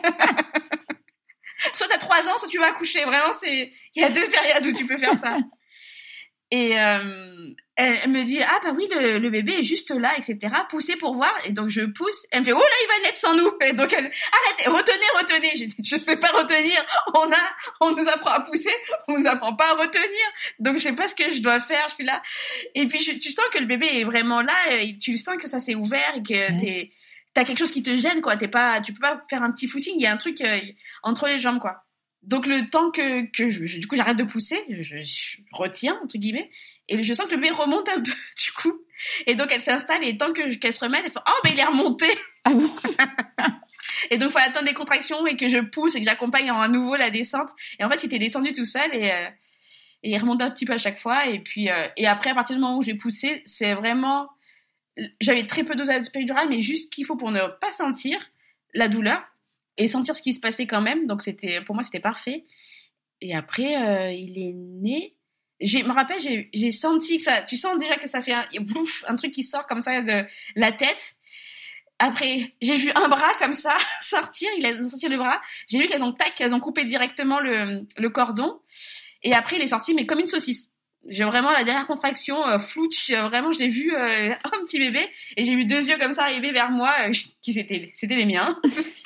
Soit t'as 3 ans, soit tu vas accoucher. Vraiment, il y a 2 périodes où tu peux faire ça. Et elle me dit, oui, le bébé est juste là, etc. Poussez pour voir. Et donc, je pousse. Elle me fait, oh là, il va naître sans nous. Et donc, arrêtez, retenez. J'ai dit, je sais pas retenir. On nous apprend à pousser. On nous apprend pas à retenir. Donc, je sais pas ce que je dois faire. Je suis là. Et puis, tu sens que le bébé est vraiment là. Et tu sens que ça s'est ouvert et que t'as quelque chose qui te gêne, quoi. Tu peux pas faire un petit footing. Il y a un truc entre les jambes, quoi. Donc, le temps que du coup, j'arrête de pousser, je retiens, entre guillemets, et je sens que le bébé remonte un peu, du coup. Et donc, elle s'installe, et tant qu'elle se remette, elle fait, il est remonté! Ah bon? Et donc, il faut attendre des contractions, et que je pousse, et que j'accompagne à nouveau la descente. Et en fait, il était descendu tout seul, et il remonte un petit peu à chaque fois. Et puis, et après, à partir du moment où j'ai poussé, c'est vraiment, j'avais très peu de dosage péridurale, mais juste ce qu'il faut pour ne pas sentir la douleur. Et sentir ce qui se passait quand même. Donc, pour moi, c'était parfait. Et après, il est né. Je me rappelle, j'ai senti que ça... Tu sens déjà que ça fait un truc qui sort comme ça de la tête. Après, j'ai vu un bras comme ça sortir. Il a sorti le bras. J'ai vu qu'elles ont coupé directement le cordon. Et après, il est sorti, mais comme une saucisse. J'ai vraiment la dernière contraction, flouche, vraiment, je l'ai vu, un petit bébé, et j'ai vu 2 yeux comme ça arriver vers moi, c'était les miens,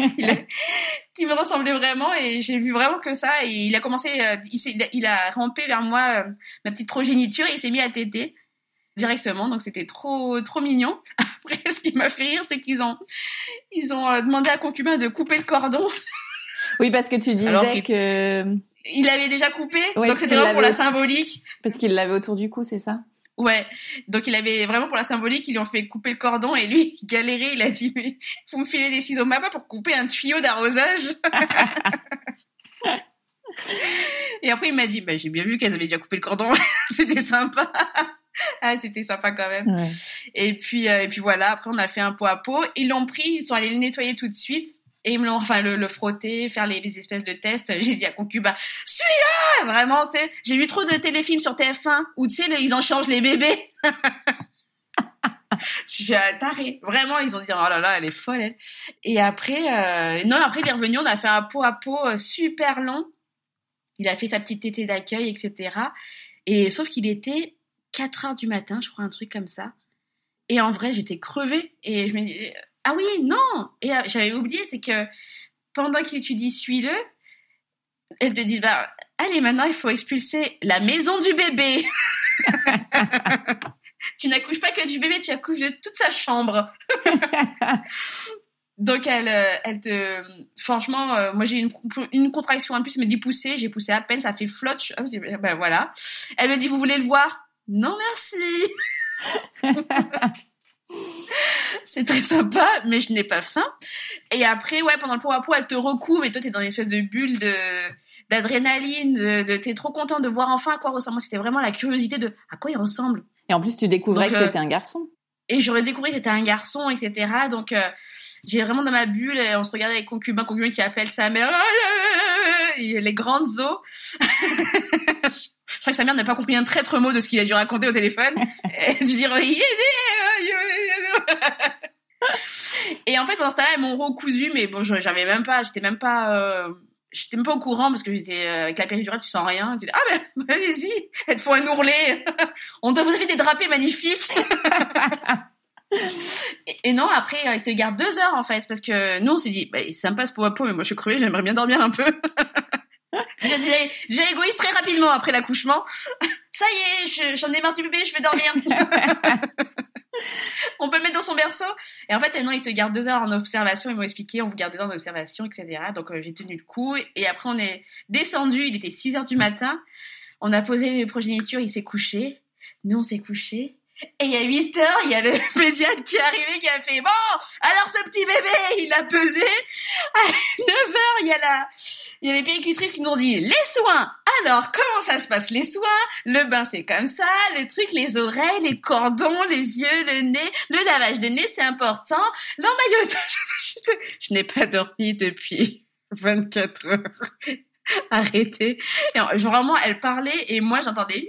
qui me ressemblaient vraiment, et j'ai vu vraiment que ça, et il a commencé, il a rampé vers moi, ma petite progéniture, et il s'est mis à téter directement, donc c'était trop, trop mignon. Après, ce qui m'a fait rire, c'est qu'ils ont demandé à concubin de couper le cordon. Oui, parce que tu disais que... Il l'avait déjà coupé, donc c'était vraiment pour la symbolique. Parce qu'il l'avait autour du cou, c'est ça? Ouais, donc il avait vraiment pour la symbolique, ils lui ont fait couper le cordon et lui, il galérait, il a dit, mais faut me filer des ciseaux Mapa pour couper un tuyau d'arrosage. Et après il m'a dit, j'ai bien vu qu'elles avaient déjà coupé le cordon, c'était sympa. Ah, c'était sympa quand même. Ouais. Et puis voilà, après on a fait un pot à pot. Ils l'ont pris, ils sont allés le nettoyer tout de suite. Et ils me l'ont, le frotter, faire les espèces de tests. J'ai dit à concubin, celui-là! Vraiment, tu sais, j'ai vu trop de téléfilms sur TF1 où, tu sais, ils en changent les bébés. J'ai taré. Vraiment, ils ont dit, oh là là, elle est folle, elle. Et après, après, il est revenu, on a fait un pot à pot super long. Il a fait sa petite tétée d'accueil, etc. Et sauf qu'il était 4h du matin, je crois, un truc comme ça. Et en vrai, j'étais crevée. Et je me disais, ah oui, non! Et j'avais oublié, c'est que pendant que tu dis suis-le, elles te disent, allez, maintenant, il faut expulser la maison du bébé. Tu n'accouches pas que du bébé, tu accouches de toute sa chambre. Donc, franchement, moi, j'ai une contraction en plus, elle me dit pousser, j'ai poussé à peine, ça fait flotch. Ben voilà. Elle me dit, vous voulez le voir? Non, merci. C'est très sympa, mais je n'ai pas faim. Et après, pendant le pot à pot, elle te recouvre et toi, t'es dans une espèce de bulle d'adrénaline, t'es trop content de voir enfin à quoi ressemble. Moi, c'était vraiment la curiosité de à quoi il ressemble. Et en plus, tu découvrais que c'était un garçon. Et j'aurais découvert que c'était un garçon, etc. Donc, j'ai vraiment dans ma bulle, et on se regardait avec concubin qui appelle sa mère, les grandes os. Je crois que sa mère n'a pas compris un traître mot de ce qu'il a dû raconter au téléphone. Et je dis, et en fait, pendant ce temps-là, elles m'ont recousu, mais bon, j'étais même pas au courant parce que j'étais avec la péridurale, tu sens rien. Tu dis, allez-y, elles te font un ourlet. On vous a fait des drapés magnifiques. et non, après, ils te gardent 2 heures en fait, parce que nous, on s'est dit, c'est sympa ce pot à pot, mais moi je suis crevée, j'aimerais bien dormir un peu. Déjà égoïste très rapidement après l'accouchement. Ça y est, j'en ai marre du bébé, je vais dormir. On peut le mettre dans son berceau. Et en fait, non, ils te gardent 2 heures en observation. Ils m'ont expliqué, on vous garde 2 heures en observation, etc. Donc, j'ai tenu le coup. Et après, on est descendu. Il était 6h du matin. On a posé les progénitures. Il s'est couché. Nous, on s'est couchés. Et il y a 8h, il y a le pédiatre qui est arrivé, qui a fait, bon, alors ce petit bébé, il a pesé. À 9h, il y a les péricultrices qui nous ont dit, les soins. Alors, comment ça se passe, les soins? Le bain, c'est comme ça. Le truc, les oreilles, les cordons, les yeux, le nez. Le lavage de nez, c'est important. L'emmaillotage. Je n'ai pas dormi depuis 24 heures. Arrêtez. Et vraiment, elle parlait et moi, j'entendais.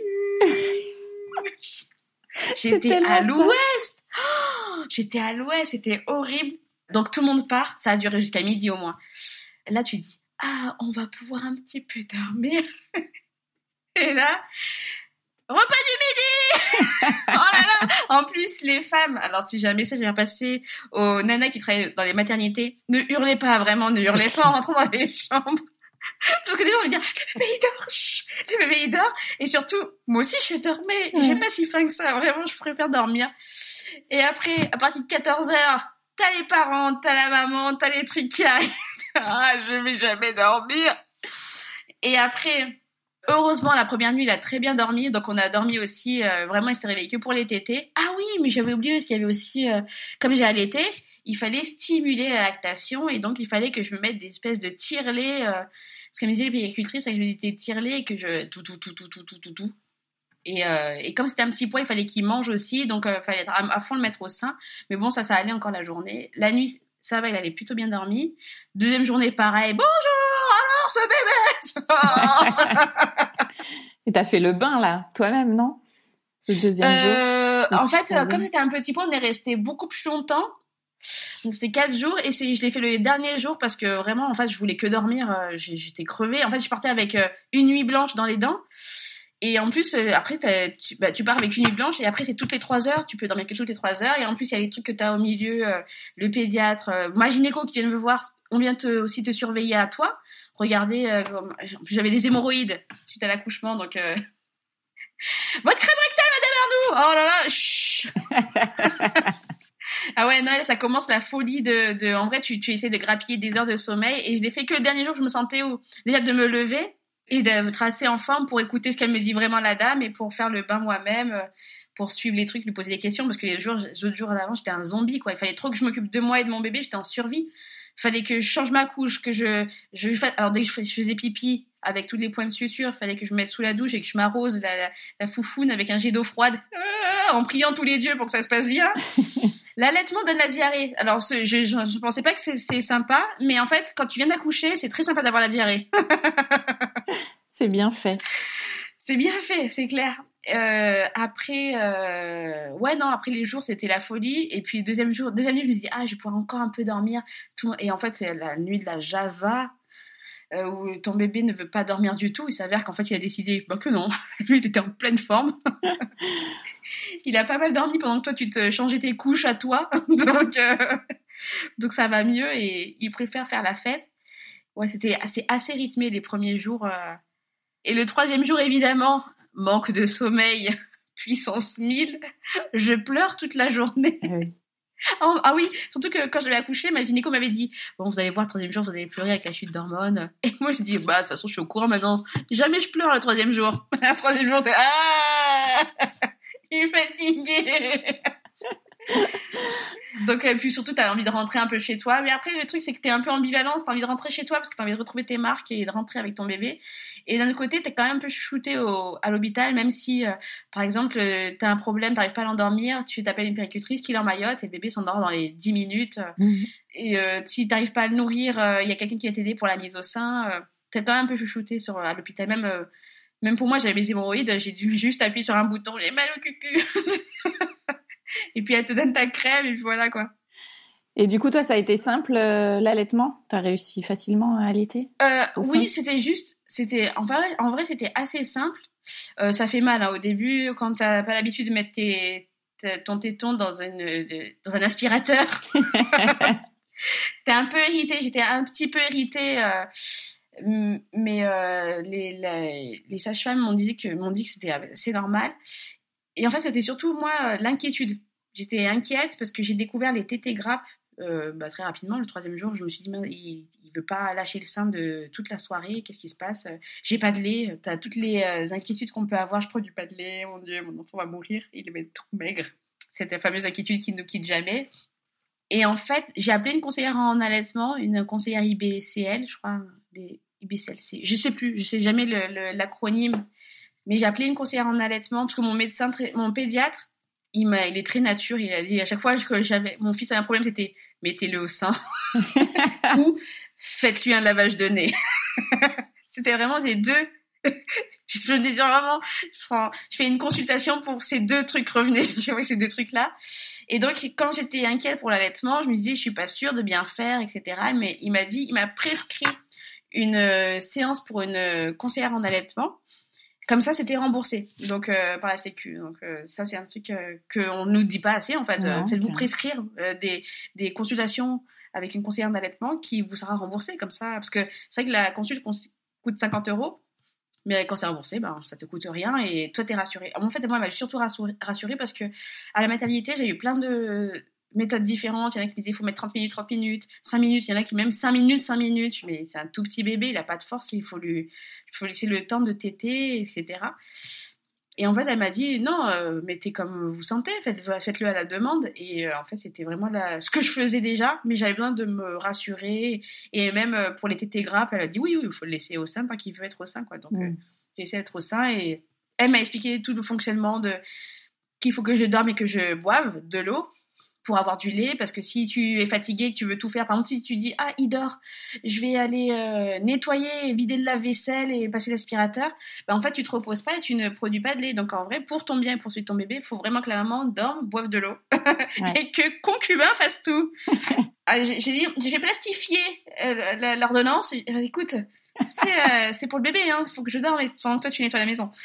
J'étais à l'ouest. J'étais à l'ouest. C'était horrible. Donc, tout le monde part. Ça a duré jusqu'à midi au moins. Là, tu dis, on va pouvoir un petit peu dormir. Et là, repas du midi. Oh là là. En plus, les femmes, alors si jamais ça, je viens passer aux nanas qui travaillent dans les maternités, ne hurlez pas, vraiment, ne hurlez pas en rentrant dans les chambres. Donc, au début, on lui dit, le bébé, il dort, chut, le bébé, il dort. Et surtout, moi aussi, je dormais. J'ai pas si faim que ça. Vraiment, je préfère dormir. Et après, à partir de 14h, t'as les parents, t'as la maman, t'as les trucs qui arrivent. Je vais jamais dormir. Et après, heureusement, la première nuit, il a très bien dormi. Donc, on a dormi aussi. Vraiment, il s'est réveillé que pour les tétés. Ah oui, mais j'avais oublié qu'il y avait aussi, comme j'ai allaité, il fallait stimuler la lactation. Et donc, il fallait que je me mette des espèces de tire-lait. Ce qu'elle me disait les péricultrices, c'est que je me mettais des tire-lait et que je... tout. Et comme c'était un petit poids, il fallait qu'il mange aussi. Donc, il fallait à fond le mettre au sein. Mais bon, ça allait encore la journée. La nuit, ça va, il avait plutôt bien dormi. Deuxième journée, pareil. Bonjour, alors ce bébé. Et t'as fait le bain, là, toi-même, non? Le deuxième jour. En fait, comme c'était un petit poids, on est resté beaucoup plus longtemps. Donc, c'est 4 jours. Et je l'ai fait le dernier jour parce que vraiment, en fait, je voulais que dormir. J'étais crevée. En fait, je partais avec une nuit blanche dans les dents. Et en plus, après, tu pars avec une nuit blanche et après, c'est toutes les 3 heures. Tu peux dormir que toutes les 3 heures. Et en plus, il y a les trucs que tu as au milieu, le pédiatre, ma gynéco qui vient me voir. On vient aussi te surveiller à toi. Regardez, j'avais des hémorroïdes suite à l'accouchement. Donc, votre crème rectale, madame Arnoux. Oh là là, chut. Ah ouais, non, ça commence la folie en vrai, tu essaies de grappiller des heures de sommeil. Et je l'ai fait que le dernier jour, je me sentais déjà de me lever et de me tracer en forme pour écouter ce qu'elle me dit vraiment, la dame, et pour faire le bain moi-même, pour suivre les trucs, lui poser des questions, parce que les autres jours d'avant, j'étais un zombie, quoi. Il fallait trop que je m'occupe de moi et de mon bébé, j'étais en survie. Il fallait que je change ma couche, que je fasse... Alors, dès que je faisais pipi, avec tous les points de suture. Il fallait que je me mette sous la douche et que je m'arrose la foufoune avec un jet d'eau froide en priant tous les dieux pour que ça se passe bien. L'allaitement donne la diarrhée. Alors, je pensais pas que c'était sympa, mais en fait, quand tu viens d'accoucher, c'est très sympa d'avoir la diarrhée. C'est bien fait. C'est bien fait, c'est clair. Après les jours, c'était la folie. Et puis, deuxième nuit, je me dis, je vais pouvoir encore un peu dormir. Et en fait, c'est la nuit de la Java, où ton bébé ne veut pas dormir du tout. Il s'avère qu'en fait, il a décidé que non. Lui, il était en pleine forme. Il a pas mal dormi pendant que toi, tu te changeais tes couches à toi. Donc ça va mieux et il préfère faire la fête. Ouais, c'était assez rythmé les premiers jours. Et le troisième jour, évidemment, manque de sommeil, puissance 1000. Je pleure toute la journée. Oui. Oui, surtout que quand je l'ai accouché, ma gynéco m'avait dit « Bon, vous allez voir, le troisième jour, vous allez pleurer avec la chute d'hormones. » Et moi, je dis « De toute façon, je suis au courant maintenant. Jamais je pleure le troisième jour. » Le troisième jour, t'es « il est fatigué. » Donc, puis surtout, t'as envie de rentrer un peu chez toi. Mais après, le truc, c'est que t'es un peu ambivalence. T'as envie de rentrer chez toi parce que t'as envie de retrouver tes marques et de rentrer avec ton bébé. Et d'un autre côté, t'es quand même un peu chouchouté à l'hôpital, même si, par exemple, t'as un problème, t'arrives pas à l'endormir, tu t'appelles une puéricultrice qui l'emmaillote et le bébé s'endort dans les 10 minutes. Et si t'arrives pas à le nourrir, il y a quelqu'un qui va t'aider pour la mise au sein. T'es quand même un peu chouchouté à l'hôpital. Même pour moi, j'avais mes hémorroïdes, j'ai dû juste appuyer sur un bouton, j'ai mal au cucu. Et puis elle te donne ta crème et puis voilà quoi. Et du coup, toi, ça a été simple l'allaitement ? T'as réussi facilement à allaiter ? Oui, en vrai, c'était assez simple. Ça fait mal au début quand t'as pas l'habitude de mettre ton téton dans un aspirateur. T'es un peu irritée. J'étais un petit peu irritée. Mais les sages-femmes m'ont dit que c'était assez normal. Et en fait, c'était surtout, moi, l'inquiétude. J'étais inquiète parce que j'ai découvert les tétés grappes très rapidement. Le troisième jour, je me suis dit, il veut pas lâcher le sein de toute la soirée. Qu'est-ce qui se passe ? J'ai pas de lait. T'as toutes les inquiétudes qu'on peut avoir. Je produis pas de lait. Mon Dieu, mon enfant va mourir. Il va être trop maigre. C'est la fameuse inquiétude qui ne nous quitte jamais. Et en fait, j'ai appelé une conseillère en allaitement, une conseillère IBCL, je crois, IBCLC. Je sais plus, je sais jamais l'acronyme. Mais j'ai appelé une conseillère en allaitement parce que mon pédiatre, il est très nature. Il a dit à chaque fois que mon fils avait un problème, c'était mettez-le au sein ou faites-lui un lavage de nez. C'était vraiment les deux. Je me dis vraiment, je fais une consultation pour ces deux trucs, revenez. Je vois ces deux trucs-là. Et donc, quand j'étais inquiète pour l'allaitement, je me disais, je suis pas sûre de bien faire, etc. Mais il m'a prescrit une séance pour une conseillère en allaitement. Comme ça, c'était remboursé, donc par la Sécu. Donc ça, c'est un truc qu'on nous dit pas assez en fait. Faites-vous prescrire des consultations avec une conseillère d'allaitement qui vous sera remboursée comme ça, parce que c'est vrai que la consulte coûte 50 €, mais quand c'est remboursé, ça te coûte rien et toi t'es rassurée. En fait, moi, elle m'a surtout rassurée parce que à la maternité, j'ai eu plein de méthodes différentes. Il y en a qui me disaient il faut mettre 30 minutes, 5 minutes. Il y en a qui même 5 minutes. Mais c'est un tout petit bébé, il a pas de force, il faut laisser le temps de téter, etc. Et en fait, elle m'a dit non, mettez comme vous sentez, faites-le à la demande. Et en fait, c'était vraiment ce que je faisais déjà, mais j'avais besoin de me rassurer. Et même pour les tétés grappes, elle a dit oui, il faut le laisser au sein, pas qu'il veut être au sein, quoi. Donc j'ai essayé d'être au sein et elle m'a expliqué tout le fonctionnement qu'il faut que je dorme et que je boive de l'eau pour avoir du lait, parce que si tu es fatigué, que tu veux tout faire, par exemple, si tu dis « Ah, il dort, je vais aller nettoyer, vider le lave-vaisselle et passer l'aspirateur », en fait, tu te reposes pas et tu ne produis pas de lait. Donc, en vrai, pour ton bien et pour celui de ton bébé, il faut vraiment que la maman dorme, boive de l'eau et que concubin fasse tout. J'ai fait plastifier l'ordonnance. Écoute, c'est pour le bébé, il faut que je dorme pendant que toi, tu nettoies la maison.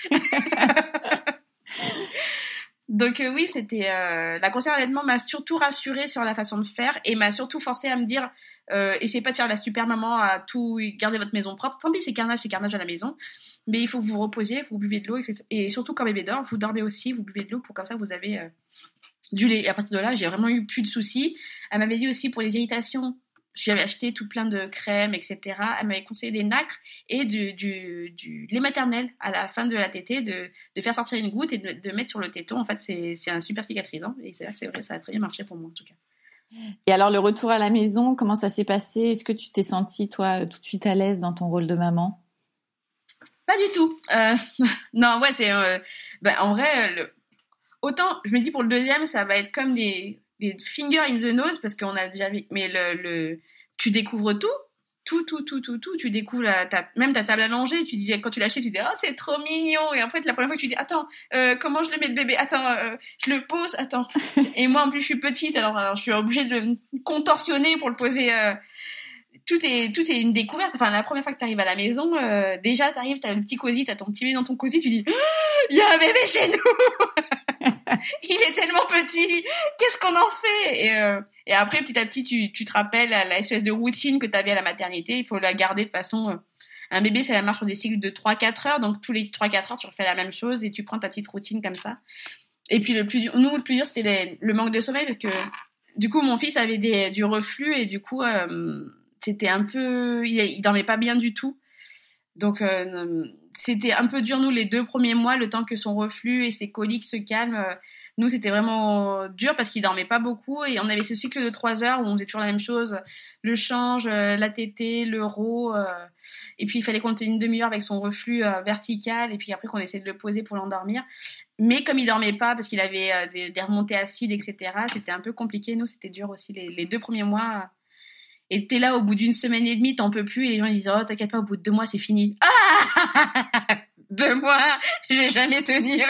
Donc oui, c'était la conseillère d'allaitement m'a surtout rassurée sur la façon de faire et m'a surtout forcée à me dire essayez pas de faire la super maman à tout garder votre maison propre. Tant pis, c'est carnage à la maison, mais il faut que vous reposiez, vous buvez de l'eau et surtout quand bébé dort, vous dormez aussi, vous buvez de l'eau pour comme ça vous avez du lait. Et à partir de là, j'ai vraiment eu plus de soucis. Elle m'avait dit aussi pour les irritations, j'avais acheté tout plein de crèmes, etc. Elle m'avait conseillé des nacres et du lait maternel à la fin de la tétée, de faire sortir une goutte et de mettre sur le téton. En fait, c'est un super cicatrisant. Et c'est vrai, ça a très bien marché pour moi, en tout cas. Et alors, le retour à la maison, comment ça s'est passé ? Est-ce que tu t'es sentie, toi, tout de suite à l'aise dans ton rôle de maman ? Pas du tout. Non, ouais, c'est en vrai, autant je me dis pour le deuxième, ça va être comme des finger in the nose parce qu'on a déjà vu, mais tu découvres tout. Tout, tu découvres même ta table à langer, tu disais, quand tu l'achètes, tu dis, oh, c'est trop mignon, et en fait, la première fois que tu dis, attends, comment je le mets le bébé, attends, je le pose, attends, et moi, en plus, je suis petite, alors je suis obligée de le contorsionner pour le poser, tout est une découverte, enfin, la première fois que t'arrives à la maison, déjà, t'as le petit cosy, t'as ton petit bébé dans ton cosy, tu dis, il y a un bébé chez nous! Il est tellement petit, qu'est-ce qu'on en fait? Et après, petit à petit, tu te rappelles la espèce de routine que tu avais à la maternité. Il faut la garder de façon... un bébé, ça marche sur des cycles de 3-4 heures. Donc, tous les 3-4 heures, tu refais la même chose et tu prends ta petite routine comme ça. Et puis, le plus dur, c'était le manque de sommeil parce que, du coup, mon fils avait du reflux et du coup, c'était un peu... Il dormait pas bien du tout. Donc, c'était un peu dur, nous, les 2 premiers mois, le temps que son reflux et ses coliques se calment. Nous, c'était vraiment dur parce qu'il dormait pas beaucoup et on avait ce cycle de 3 heures où on faisait toujours la même chose. Le change, la tétée, l'euro. Et puis, il fallait qu'on tienne une demi-heure avec son reflux vertical et puis après qu'on essaie de le poser pour l'endormir. Mais comme il dormait pas parce qu'il avait des remontées acides, etc., c'était un peu compliqué. Nous, c'était dur aussi les 2 premiers mois. Et t'es là, au bout d'1 semaine et demie, t'en peux plus. Et les gens ils disent, oh, t'inquiète pas, au bout de 2 mois, c'est fini. Ah 2 mois, je vais jamais tenir.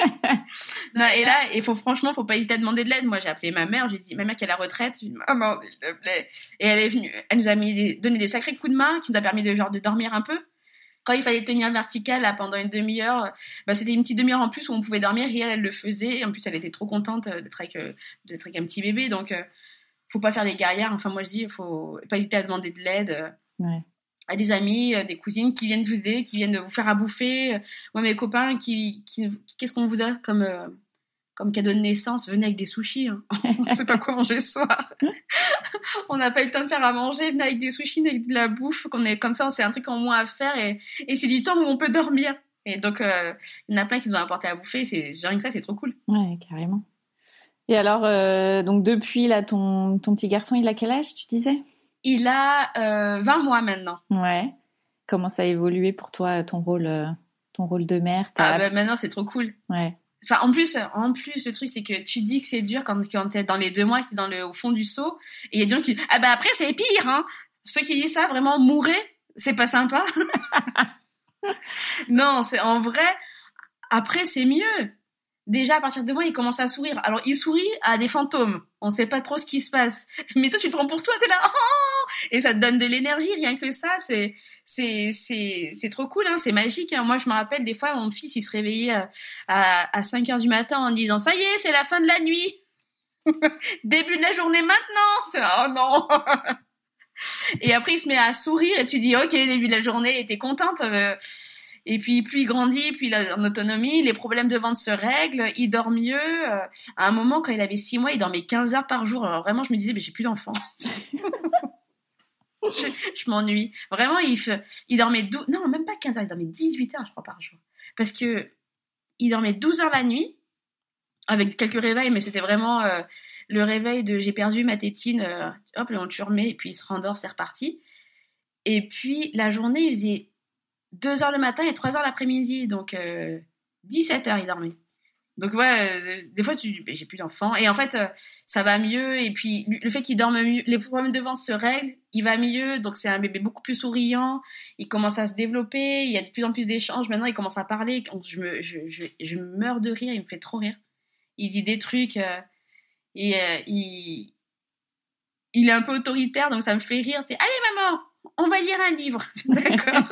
Non, et là, franchement, faut pas hésiter à demander de l'aide. Moi, j'ai appelé ma mère, j'ai dit, ma mère qui est à la retraite, j'ai dit, maman, s'il te plaît. Et elle est venue, elle nous a donné des sacrés coups de main qui nous a permis de dormir un peu. Quand il fallait tenir vertical, là, pendant une demi-heure, c'était une petite demi-heure en plus où on pouvait dormir. Et elle le faisait. Et en plus, elle était trop contente d'être avec un petit bébé. Donc, faut pas faire les guerrières. Enfin, moi, je dis, faut pas hésiter à demander de l'aide. Ouais. À des amis, des cousines qui viennent vous aider, qui viennent vous faire à bouffer. Moi, mes copains, qu'est-ce qu'on vous donne comme cadeau de naissance? Venez avec des sushis. Hein. On ne sait pas quoi manger ce soir. On n'a pas eu le temps de faire à manger. Venez avec des sushis, avec de la bouffe. Qu'on est comme ça, c'est un truc en moins à faire et c'est du temps où on peut dormir. Et donc, il y en a plein qui nous ont apporté à bouffer. Rien que ça, c'est trop cool. Ouais, carrément. Et alors, donc depuis là, ton petit garçon, il a quel âge, tu disais? Il a 20 mois maintenant. Ouais. Comment ça a évolué pour toi, ton rôle de mère? Maintenant, c'est trop cool. Ouais. Enfin, en plus, le truc, c'est que tu dis que c'est dur quand t'es dans les 2 mois, que t'es au fond du seau. Et il y a des gens qui disent, après, c'est pire, hein. Ceux qui disent ça, vraiment, mourir, c'est pas sympa. Non, c'est en vrai, après, c'est mieux. Déjà, à partir de moi, il commence à sourire. Alors, il sourit à des fantômes. On sait pas trop ce qui se passe. Mais toi, tu le prends pour toi, t'es là, oh! Et ça te donne de l'énergie, rien que ça, c'est trop cool, hein, c'est magique, hein. Moi, je me rappelle, des fois, mon fils, il se réveillait à 5h du matin en disant, ça y est, c'est la fin de la nuit. Début de la journée maintenant. T'es là, oh non! Et après, il se met à sourire et tu dis, ok, début de la journée, et t'es contente, Et puis, plus il grandit, plus il a en autonomie, les problèmes de ventre se règlent, il dort mieux. À un moment, quand il avait 6 mois, il dormait 15 heures par jour. Alors vraiment, je me disais, mais j'ai plus d'enfant. je m'ennuie. Vraiment, il dormait non, même pas 15 heures, il dormait 18 heures, je crois, par jour. Parce que il dormait 12 heures la nuit, avec quelques réveils, mais c'était vraiment le réveil de j'ai perdu ma tétine, hop, on le remet, et puis il se rendort, c'est reparti. Et puis, la journée, il faisait 2h le matin et 3h l'après-midi, donc 17 heures il dormait. Donc ouais, des fois tu dis j'ai plus d'enfants et en fait ça va mieux et puis le fait qu'il dorme mieux, les problèmes de ventre se règlent, il va mieux, donc c'est un bébé beaucoup plus souriant, il commence à se développer, il y a de plus en plus d'échanges, maintenant il commence à parler, je meurs de rire, il me fait trop rire. Il dit des trucs et il est un peu autoritaire, donc ça me fait rire, c'est allez maman, on va lire un livre. D'accord.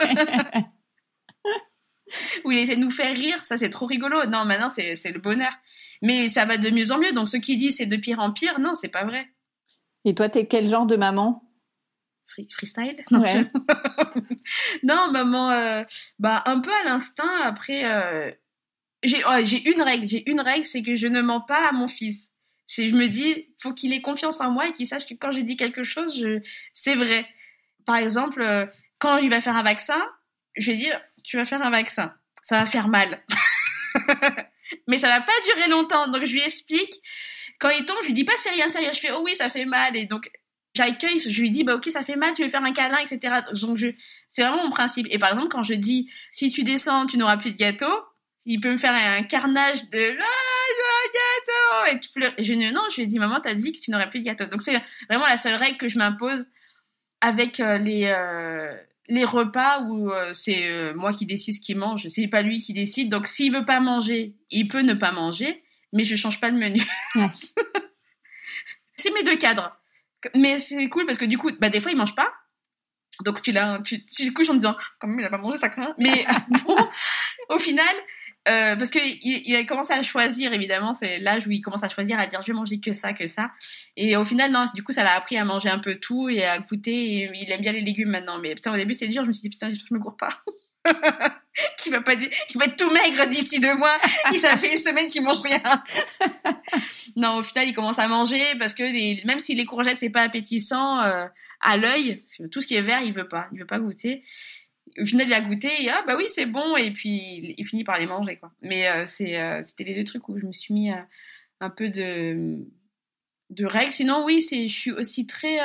Où il essaie de nous faire rire, ça c'est trop rigolo. Non, maintenant c'est le bonheur. Mais ça va de mieux en mieux, donc ceux qui disent c'est de pire en pire, non, c'est pas vrai. Et toi, t'es quel genre de maman? Freestyle? Ouais. Non, maman, un peu à l'instinct. Après, j'ai une règle, c'est que je ne mens pas à mon fils. Je me dis, faut qu'il ait confiance en moi et qu'il sache que quand je dis quelque chose, c'est vrai. Par exemple, quand il va faire un vaccin, je vais dire, tu vas faire un vaccin. Ça va faire mal. Mais ça va pas durer longtemps. Donc, je lui explique. Quand il tombe, je lui dis pas c'est rien. Je fais, oh oui, ça fait mal. Et donc, j'accueille, je lui dis, bah, ok, ça fait mal, tu veux faire un câlin, etc. Donc, c'est vraiment mon principe. Et par exemple, quand je dis, si tu descends, tu n'auras plus de gâteau, il peut me faire un carnage de, ah, je veux un gâteau! Et tu pleures. Je dis, non, je lui ai dit, maman, t'as dit que tu n'aurais plus de gâteau. Donc, c'est vraiment la seule règle que je m'impose avec les repas où c'est moi qui décide ce qu'il mange, c'est pas lui qui décide. Donc, s'il veut pas manger, il peut ne pas manger, mais je change pas le menu. Ouais. C'est mes 2 cadres. Mais c'est cool parce que du coup, bah, des fois, il mange pas. Donc, tu te couches en te disant, quand même, il a pas mangé, ça craint. Mais bon, au final, parce que il a commencé à choisir, évidemment, c'est l'âge où il commence à choisir, à dire, je vais manger que ça. Et au final, non, du coup, ça l'a appris à manger un peu tout et à goûter. Et il aime bien les légumes maintenant. Mais putain, au début, c'est dur. Je me suis dit, putain, j'espère que je me gourre pas. Qui va être tout maigre d'ici 2 mois. Ça fait 1 semaine qu'il mange rien. Non, au final, il commence à manger parce que même si les courgettes c'est pas appétissant à l'œil, tout ce qui est vert, il veut pas goûter. Au final, il a goûté et bah oui, c'est bon, et puis il finit par les manger, quoi. Mais c'était les 2 trucs où je me suis mis un peu de règles. Sinon, oui, je suis aussi très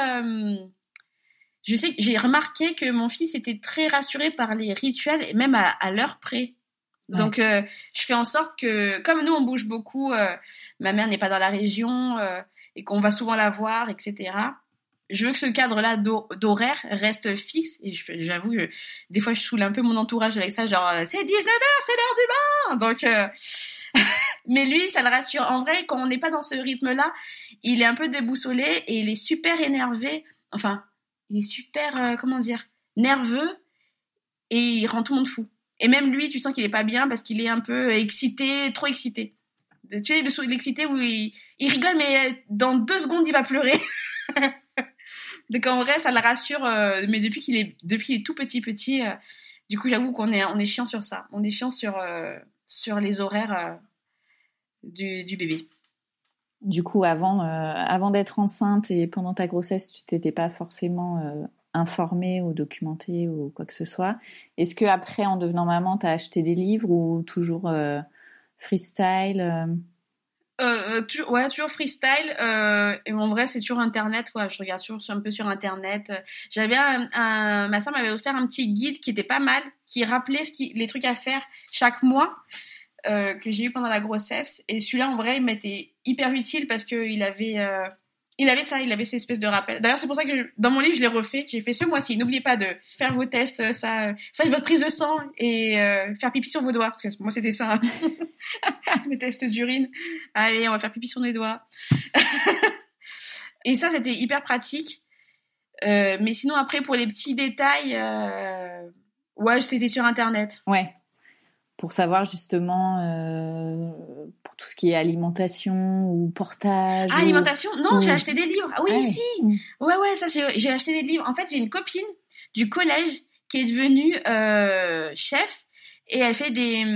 je sais que j'ai remarqué que mon fils était très rassuré par les rituels, et même à l'heure près. Ouais. Donc, je fais en sorte que, comme nous, on bouge beaucoup, ma mère n'est pas dans la région, et qu'on va souvent la voir, etc. Je veux que ce cadre-là d'horaire reste fixe. Et j'avoue que des fois, je saoule un peu mon entourage avec ça, genre, c'est 19h, c'est l'heure du bain. Donc, mais lui, ça le rassure. En vrai, quand on n'est pas dans ce rythme-là, il est un peu déboussolé et il est super énervé. Enfin, il est super, nerveux, et il rend tout le monde fou. Et même lui, tu sens qu'il est pas bien parce qu'il est un peu excité, trop excité. Tu sais, l'excité où il rigole, mais dans 2 secondes, il va pleurer. Donc en vrai, ça le rassure, mais depuis qu'il est tout petit, du coup, j'avoue qu'on est chiant sur ça. On est chiant sur les horaires du bébé. Du coup, avant d'être enceinte et pendant ta grossesse, tu t'étais pas forcément informée ou documentée ou quoi que ce soit. Est-ce que après, en devenant maman, t'as acheté des livres ou toujours freestyle toujours freestyle. Et en vrai, c'est toujours Internet, quoi. Je regarde un peu sur Internet. J'avais ma soeur m'avait offert un petit guide qui était pas mal, qui rappelait les trucs à faire chaque mois. Que j'ai eu pendant la grossesse, et celui-là en vrai il m'était hyper utile parce que il avait ces espèces de rappels. D'ailleurs, c'est pour ça que dans mon livre je l'ai refait. J'ai fait ce mois-ci, n'oubliez pas de faire vos tests, faites votre prise de sang et faire pipi sur vos doigts, parce que moi c'était ça. Les tests d'urine, allez, on va faire pipi sur les doigts. Et ça, c'était hyper pratique. Mais sinon après, pour les petits détails, c'était sur Internet. Ouais. Pour savoir justement, pour tout ce qui est alimentation ou portage. Ah, alimentation ? Non, j'ai acheté des livres. Ah oui, si. Ouais, ça, j'ai acheté des livres. En fait, j'ai une copine du collège qui est devenue chef, et elle fait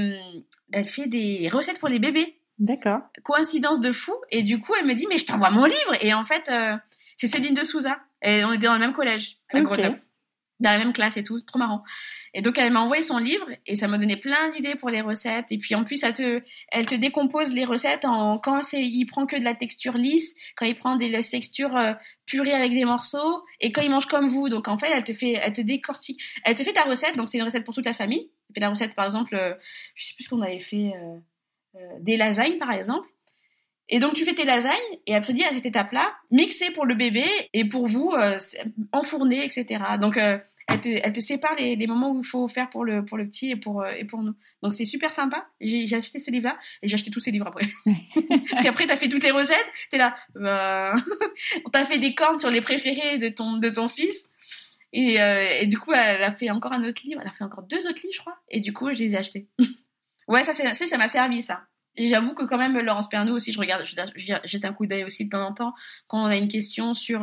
des recettes pour les bébés. D'accord. Coïncidence de fou. Et du coup, elle me dit, mais je t'envoie mon livre. Et en fait, c'est Céline de Souza. Et on était dans le même collège, à Grenoble. Dans la même classe et tout, trop marrant. Et donc, elle m'a envoyé son livre et ça m'a donné plein d'idées pour les recettes. Et puis, en plus, elle te décompose les recettes il prend que de la texture lisse, quand il prend des textures purées avec des morceaux, et quand il mange comme vous. Donc, en fait, elle te décortique. Elle te fait ta recette. Donc, c'est une recette pour toute la famille. Elle fait la recette, par exemple, je sais plus ce qu'on avait fait, des lasagnes, par exemple. Et donc, tu fais tes lasagnes, et après, à cette étape-là, mixer pour le bébé, et pour vous, enfourner, etc. Donc, elle te sépare les moments où il faut faire pour le petit et pour nous. Donc, c'est super sympa. J'ai acheté ce livre-là, et j'ai acheté tous ces livres après. Parce qu'après, t'as fait toutes les recettes, t'es là, on t'a fait des cornes sur les préférés de ton fils. Et du coup, elle a fait encore un autre livre. Elle a fait encore 2 autres livres, je crois. Et du coup, je les ai achetés. Ouais, ça m'a servi, ça. Et j'avoue que quand même, Laurence Pernou aussi, je jette un coup d'œil aussi de temps en temps quand on a une question sur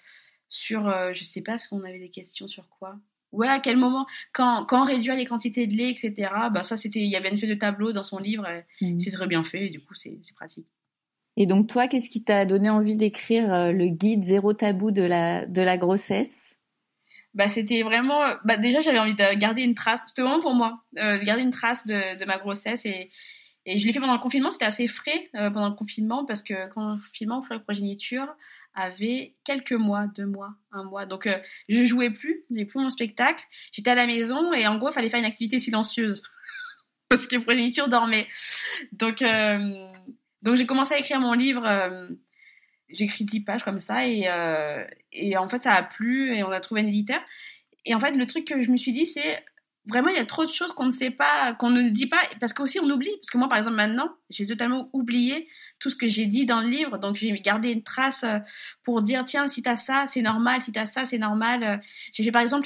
je sais pas, est-ce qu'on avait des questions sur quoi. Ouais, à quel moment, quand on réduit les quantités de lait, etc. Bah ça, il y avait une feuille de tableau dans son livre, c'est très bien fait, et du coup, c'est pratique. Et donc toi, qu'est-ce qui t'a donné envie d'écrire le guide zéro tabou de la grossesse ? Bah c'était vraiment, déjà j'avais envie de garder une trace, c'était vraiment pour moi, de garder une trace de ma grossesse, et je l'ai fait pendant le confinement. C'était assez frais pendant le confinement, parce que quand le confinement, on fait la progéniture avait quelques mois, 2 mois, 1 mois. Donc, je jouais plus, j'ai plus mon spectacle. J'étais à la maison et en gros, il fallait faire une activité silencieuse parce que progéniture dormait. Donc, j'ai commencé à écrire mon livre. J'écris 10 pages comme ça et en fait, ça a plu et on a trouvé un éditeur. Et en fait, le truc que je me suis dit, c'est vraiment, il y a trop de choses qu'on ne sait pas, qu'on ne dit pas, parce qu'aussi on oublie. Parce que moi, par exemple, maintenant, j'ai totalement oublié tout ce que j'ai dit dans le livre. Donc, j'ai gardé une trace pour dire, tiens, si t'as ça, c'est normal. Si t'as ça, c'est normal. J'ai fait, par exemple,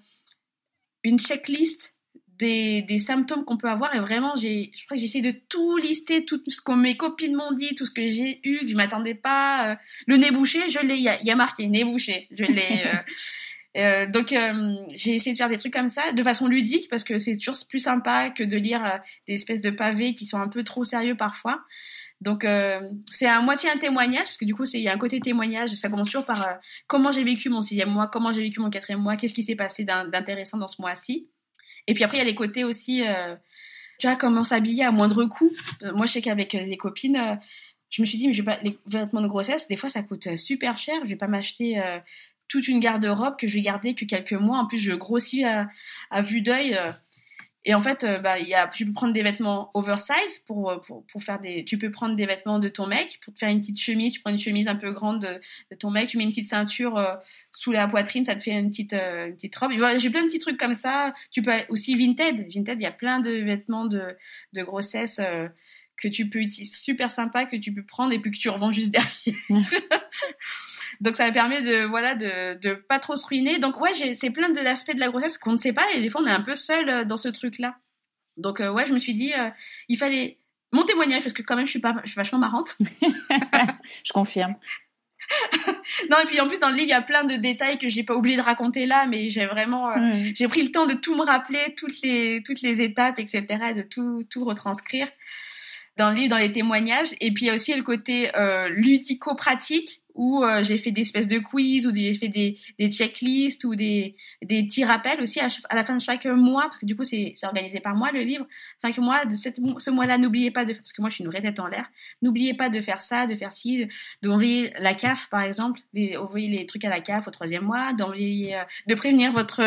une checklist des symptômes qu'on peut avoir. Et vraiment, je crois que j'ai essayé de tout lister, tout ce que mes copines m'ont dit, tout ce que j'ai eu, que je m'attendais pas. Le nez bouché, je l'ai. Il y a marqué nez bouché. Je l'ai. Donc j'ai essayé de faire des trucs comme ça de façon ludique parce que c'est toujours plus sympa que de lire des espèces de pavés qui sont un peu trop sérieux parfois. Donc c'est à moitié un témoignage parce que du coup il y a un côté témoignage. Ça commence toujours par comment j'ai vécu mon 6e mois, comment j'ai vécu mon 4e mois, qu'est-ce qui s'est passé d'intéressant dans ce mois-ci. Et puis après il y a les côtés aussi tu vois, comment s'habiller à moindre coût. Moi je sais qu'avec des copines je me suis dit mais les vêtements de grossesse des fois ça coûte super cher, je vais pas m'acheter toute une garde-robe que je vais garder que quelques mois. En plus, je grossis à vue d'œil. Et en fait, tu peux prendre des vêtements oversize pour faire tu peux prendre des vêtements de ton mec pour te faire une petite chemise. Tu prends une chemise un peu grande de ton mec. Tu mets une petite ceinture sous la poitrine. Ça te fait une petite robe. Et voilà, j'ai plein de petits trucs comme ça. Tu peux aussi Vinted. Vinted, il y a plein de vêtements de grossesse que tu peux utiliser. Super sympa que tu peux prendre et puis que tu revends juste derrière. Donc ça me permet de pas trop se ruiner. Donc ouais, c'est plein d'aspects de la grossesse qu'on ne sait pas et des fois on est un peu seul dans ce truc-là. Donc ouais, je me suis dit il fallait mon témoignage parce que quand même je suis vachement marrante. Je confirme. Non, et puis en plus dans le livre il y a plein de détails que j'ai pas oublié de raconter là, mais j'ai vraiment j'ai pris le temps de tout me rappeler, toutes les étapes, etc., de tout retranscrire dans le livre, dans les témoignages. Et puis il y a aussi le côté ludico-pratique où j'ai fait des espèces de quiz, où j'ai fait des checklists ou des petits rappels aussi à la fin de chaque mois, parce que du coup c'est organisé par mois le livre. Enfin que moi de ce mois-là, n'oubliez pas parce que moi je suis une vraie tête en l'air, n'oubliez pas de faire ça, de faire ci, d'envoyer la CAF par exemple, envoyer les trucs à la CAF au 3e mois, d'envoyer, de prévenir votre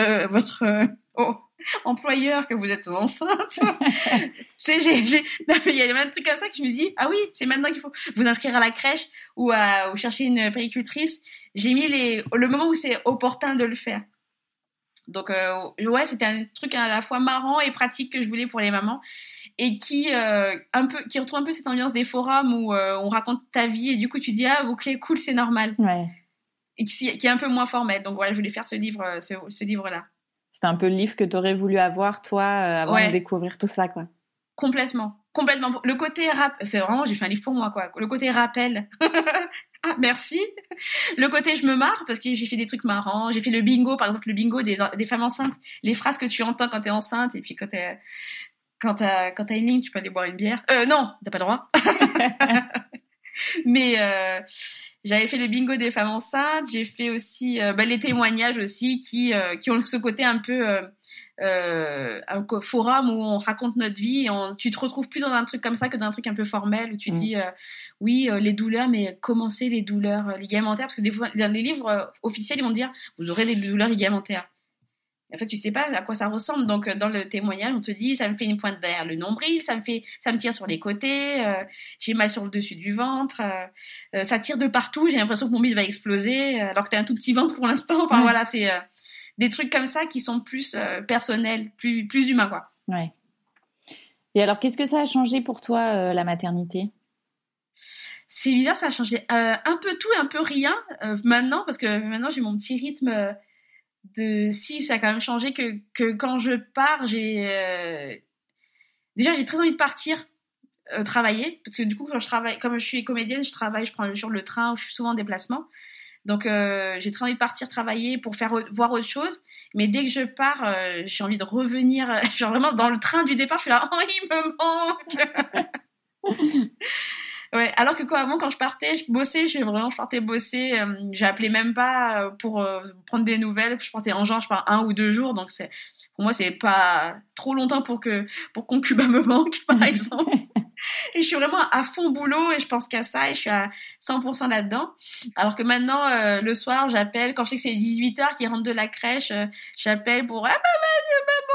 employeur que vous êtes enceinte. Tu sais, il y a plein de trucs comme ça que je me dis, ah oui, c'est maintenant qu'il faut vous inscrire à la crèche ou chercher une péricultrice. J'ai mis le moment où c'est opportun de le faire. Donc ouais, c'était un truc à la fois marrant et pratique que je voulais pour les mamans et qui retrouve un peu cette ambiance des forums où on raconte ta vie et du coup tu dis ah ok cool, c'est normal. Ouais. Et qui est un peu moins formel. Donc voilà, je voulais faire ce livre-là. C'était un peu le livre que tu aurais voulu avoir, toi, avant de découvrir tout ça, quoi. Complètement. Le côté rap, c'est vraiment, j'ai fait un livre pour moi, quoi. Le côté rappel. Ah, merci. Le côté je me marre, parce que j'ai fait des trucs marrants. J'ai fait le bingo, par exemple, le bingo des femmes enceintes. Les phrases que tu entends quand t'es enceinte, et puis quand t'as une ligne, tu peux aller boire une bière. Non, t'as pas le droit. Mais, j'avais fait le bingo des femmes enceintes, j'ai fait aussi les témoignages aussi qui ont ce côté un peu un forum où on raconte notre vie et tu te retrouves plus dans un truc comme ça que dans un truc un peu formel où tu dis oui les douleurs, mais comment c'est les douleurs ligamentaires, parce que des fois dans les livres officiels ils vont dire vous aurez des douleurs ligamentaires. En fait, tu sais pas à quoi ça ressemble. Donc, dans le témoignage, on te dit, ça me fait une pointe derrière le nombril, ça me tire sur les côtés, j'ai mal sur le dessus du ventre, ça tire de partout, j'ai l'impression que mon bide va exploser, alors que t'as un tout petit ventre pour l'instant. Enfin, voilà, c'est des trucs comme ça qui sont plus personnels, plus humains, quoi. Ouais. Et alors, qu'est-ce que ça a changé pour toi, la maternité ? C'est bizarre, ça a changé un peu tout et un peu rien maintenant, parce que maintenant, j'ai mon petit rythme si ça a quand même changé que quand je pars déjà j'ai très envie de partir travailler, parce que du coup quand je travaille, comme je suis comédienne, je prends toujours le train, je suis souvent en déplacement, donc j'ai très envie de partir travailler pour voir autre chose, mais dès que je pars j'ai envie de revenir genre vraiment dans le train du départ, je suis là, oh il me manque. Ouais, alors que quand je partais, je partais bosser, j'appelais même pas pour prendre des nouvelles, je partais en genre, je pars 1 ou 2 jours, donc pour moi c'est pas trop longtemps pour qu'on Cuba me manque, par exemple. Et je suis vraiment à fond boulot et je pense qu'à ça et je suis à 100% là-dedans. Alors que maintenant, le soir, j'appelle, quand je sais que c'est 18h qu'il rentre de la crèche, j'appelle pour « Ah, maman !»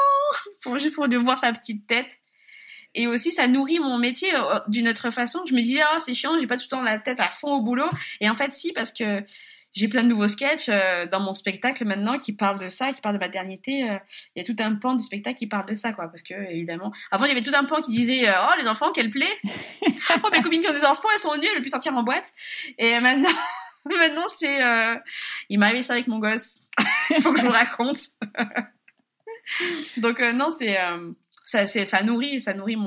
juste pour lui voir sa petite tête. Et aussi, ça nourrit mon métier d'une autre façon. Je me dis « Oh, c'est chiant, j'ai pas tout le temps la tête à fond au boulot. » Et en fait, si, parce que j'ai plein de nouveaux sketchs dans mon spectacle maintenant qui parlent de ça, qui parlent de maternité. Il y a tout un pan du spectacle qui parle de ça, quoi. Parce que, évidemment, avant, il y avait tout un pan qui disait « Oh, les enfants, quelle plaie !» Oh, mes copines qui ont des enfants, elles sont nues, elles ne veulent plus sortir en boîte. Et maintenant c'est... Il m'est arrivé ça avec mon gosse. Il faut que je vous raconte. Donc, non, ça nourrit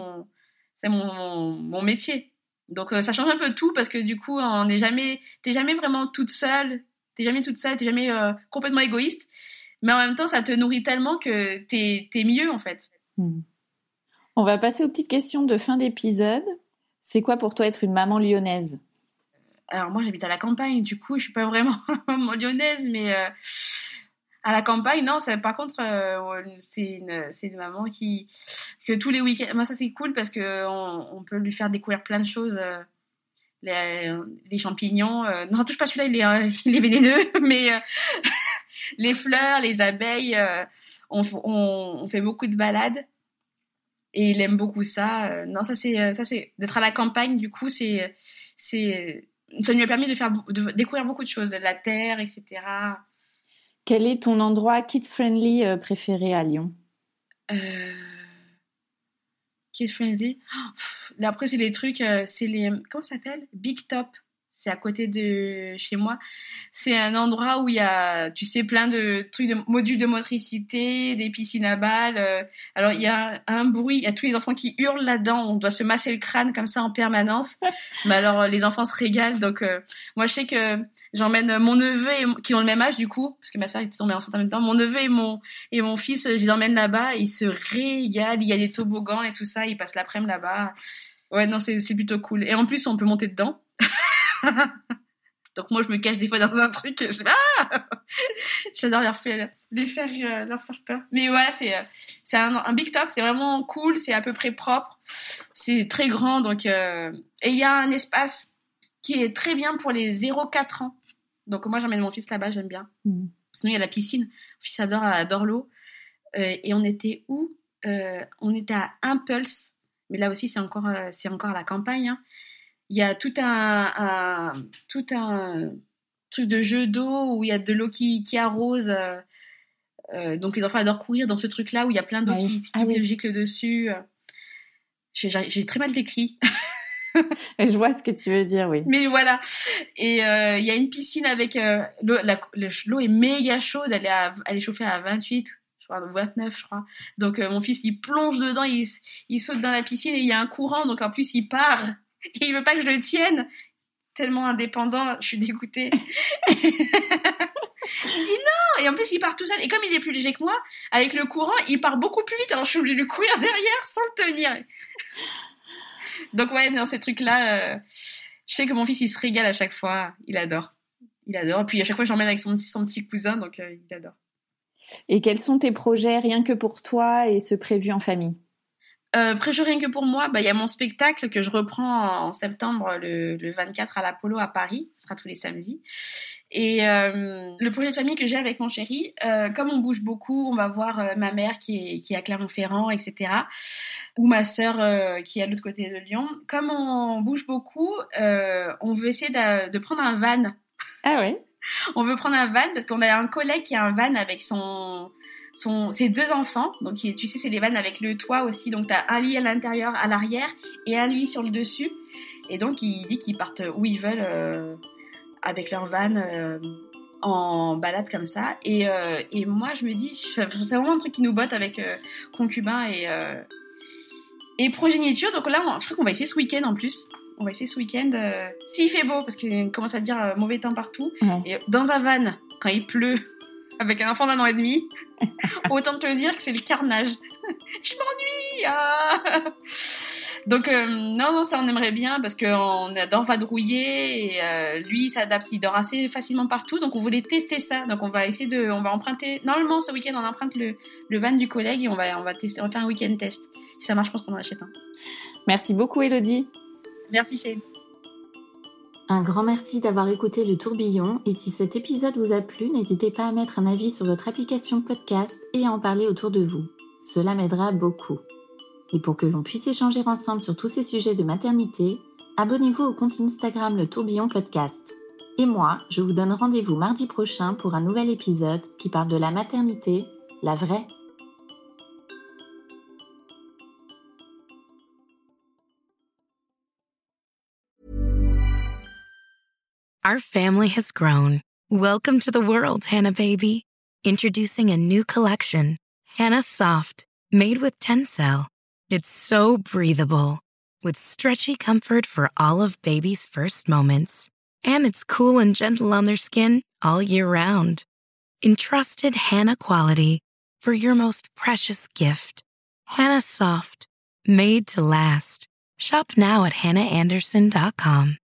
mon métier. Donc ça change un peu tout parce que du coup t'es jamais vraiment toute seule, t'es jamais complètement égoïste, mais en même temps ça te nourrit tellement que t'es mieux en fait. On va passer aux petites questions de fin d'épisode. C'est quoi pour toi être une maman lyonnaise? Alors moi j'habite à la campagne, du coup je suis pas vraiment maman lyonnaise, mais à la campagne, non, par contre, c'est une maman que tous les week-ends, moi ça c'est cool parce que on peut lui faire découvrir plein de choses, les champignons, non, touche pas celui-là, il est vénéneux, mais les fleurs, les abeilles, on fait beaucoup de balades et il aime beaucoup ça. Non, ça c'est d'être à la campagne, du coup, ça lui a permis de découvrir beaucoup de choses, de la terre, etc. Quel est ton endroit kids-friendly préféré à Lyon? Kids-friendly. Là, après, c'est les trucs... comment ça s'appelle? Big Top. C'est à côté de chez moi. C'est un endroit où il y a, tu sais, plein de trucs, de modules de motricité, des piscines à balles. Alors, il y a un bruit, il y a tous les enfants qui hurlent là-dedans. On doit se masser le crâne comme ça en permanence. Mais alors, les enfants se régalent. Donc, moi, je sais que j'emmène mon neveu qui ont le même âge, du coup, parce que ma soeur était tombée enceinte en même temps. Mon neveu et mon fils, je les emmène là-bas. Ils se régalent. Il y a des toboggans et tout ça. Ils passent l'après-midi là-bas. Ouais, non, c'est plutôt cool. Et en plus, on peut monter dedans. Donc moi je me cache des fois dans un truc et j'adore leur faire peur, mais voilà, c'est un big top, c'est vraiment cool, c'est à peu près propre, c'est très grand, donc et il y a un espace qui est très bien pour les 0-4 ans, donc moi j'emmène mon fils là-bas, j'aime bien. Sinon il y a la piscine, mon fils adore l'eau, et on était où? On était à Impulse, mais là aussi c'est encore à la campagne, hein. Il y a tout un truc de jeu d'eau où il y a de l'eau qui arrose. Donc les enfants adorent courir dans ce truc-là où il y a plein d'eau qui te gicle dessus. J'ai très mal décrit. Je vois ce que tu veux dire, oui. Mais voilà. Et il y a une piscine avec l'eau est méga chaude. Elle est chauffée à 28. Je crois, 29, je crois. Donc mon fils, il plonge dedans, il saute dans la piscine et il y a un courant. Donc en plus, il part. Et il veut pas que je le tienne. Tellement indépendant, je suis dégoûtée. Il dit non. Et en plus, il part tout seul. Et comme il est plus léger que moi, avec le courant, il part beaucoup plus vite. Alors, je suis obligée de lui courir derrière sans le tenir. Donc, ouais, dans ces trucs-là, je sais que mon fils, il se régale à chaque fois. Il adore. Et puis, à chaque fois, je l'emmène avec son petit cousin. Donc, il adore. Et quels sont tes projets rien que pour toi et ce prévu en famille? Préjugé rien que pour moi, y a mon spectacle que je reprends en septembre, le 24 à l'Apollo à Paris. Ce sera tous les samedis. Et le projet de famille que j'ai avec mon chéri, comme on bouge beaucoup, on va voir ma mère qui est à Clermont-Ferrand, etc. Ou ma sœur qui est à l'autre côté de Lyon. Comme on bouge beaucoup, on veut essayer de prendre un van. Ah ouais. On veut prendre un van parce qu'on a un collègue qui a un van avec ses 2 enfants, donc tu sais c'est les vannes avec le toit aussi, donc t'as un lit à l'intérieur, à l'arrière et un lit sur le dessus, et donc il dit qu'ils partent où ils veulent avec leur van en balade comme ça, et moi je me dis c'est vraiment un truc qui nous botte avec concubin et progéniture, donc là je crois qu'on va essayer ce week-end en plus. On va essayer ce week-end s'il fait beau, parce qu'il commence à dire mauvais temps partout, et dans un van quand il pleut avec un enfant d'1 an et demi, autant te dire que c'est le carnage. Je m'ennuie. Donc non, ça on aimerait bien parce qu'on adore vadrouiller et lui il s'adapte, il dort assez facilement partout, donc on voulait tester ça. Donc on va emprunter. Normalement ce week-end on emprunte le van du collègue et on va tester, on va faire un week-end test. Si ça marche, je pense qu'on en achète un. Merci beaucoup, Élodie. Merci, Shane. Un grand merci d'avoir écouté Le Tourbillon. Et si cet épisode vous a plu, n'hésitez pas à mettre un avis sur votre application podcast et à en parler autour de vous. Cela m'aidera beaucoup. Et pour que l'on puisse échanger ensemble sur tous ces sujets de maternité, abonnez-vous au compte Instagram Le Tourbillon Podcast. Et moi, je vous donne rendez-vous mardi prochain pour un nouvel épisode qui parle de la maternité, la vraie. Our family has grown. Welcome to the world, Hannah baby. Introducing a new collection, Hannah Soft, made with Tencel. It's so breathable, with stretchy comfort for all of baby's first moments. And it's cool and gentle on their skin all year round. Entrusted Hannah quality for your most precious gift. Hannah Soft, made to last. Shop now at hannahanderson.com.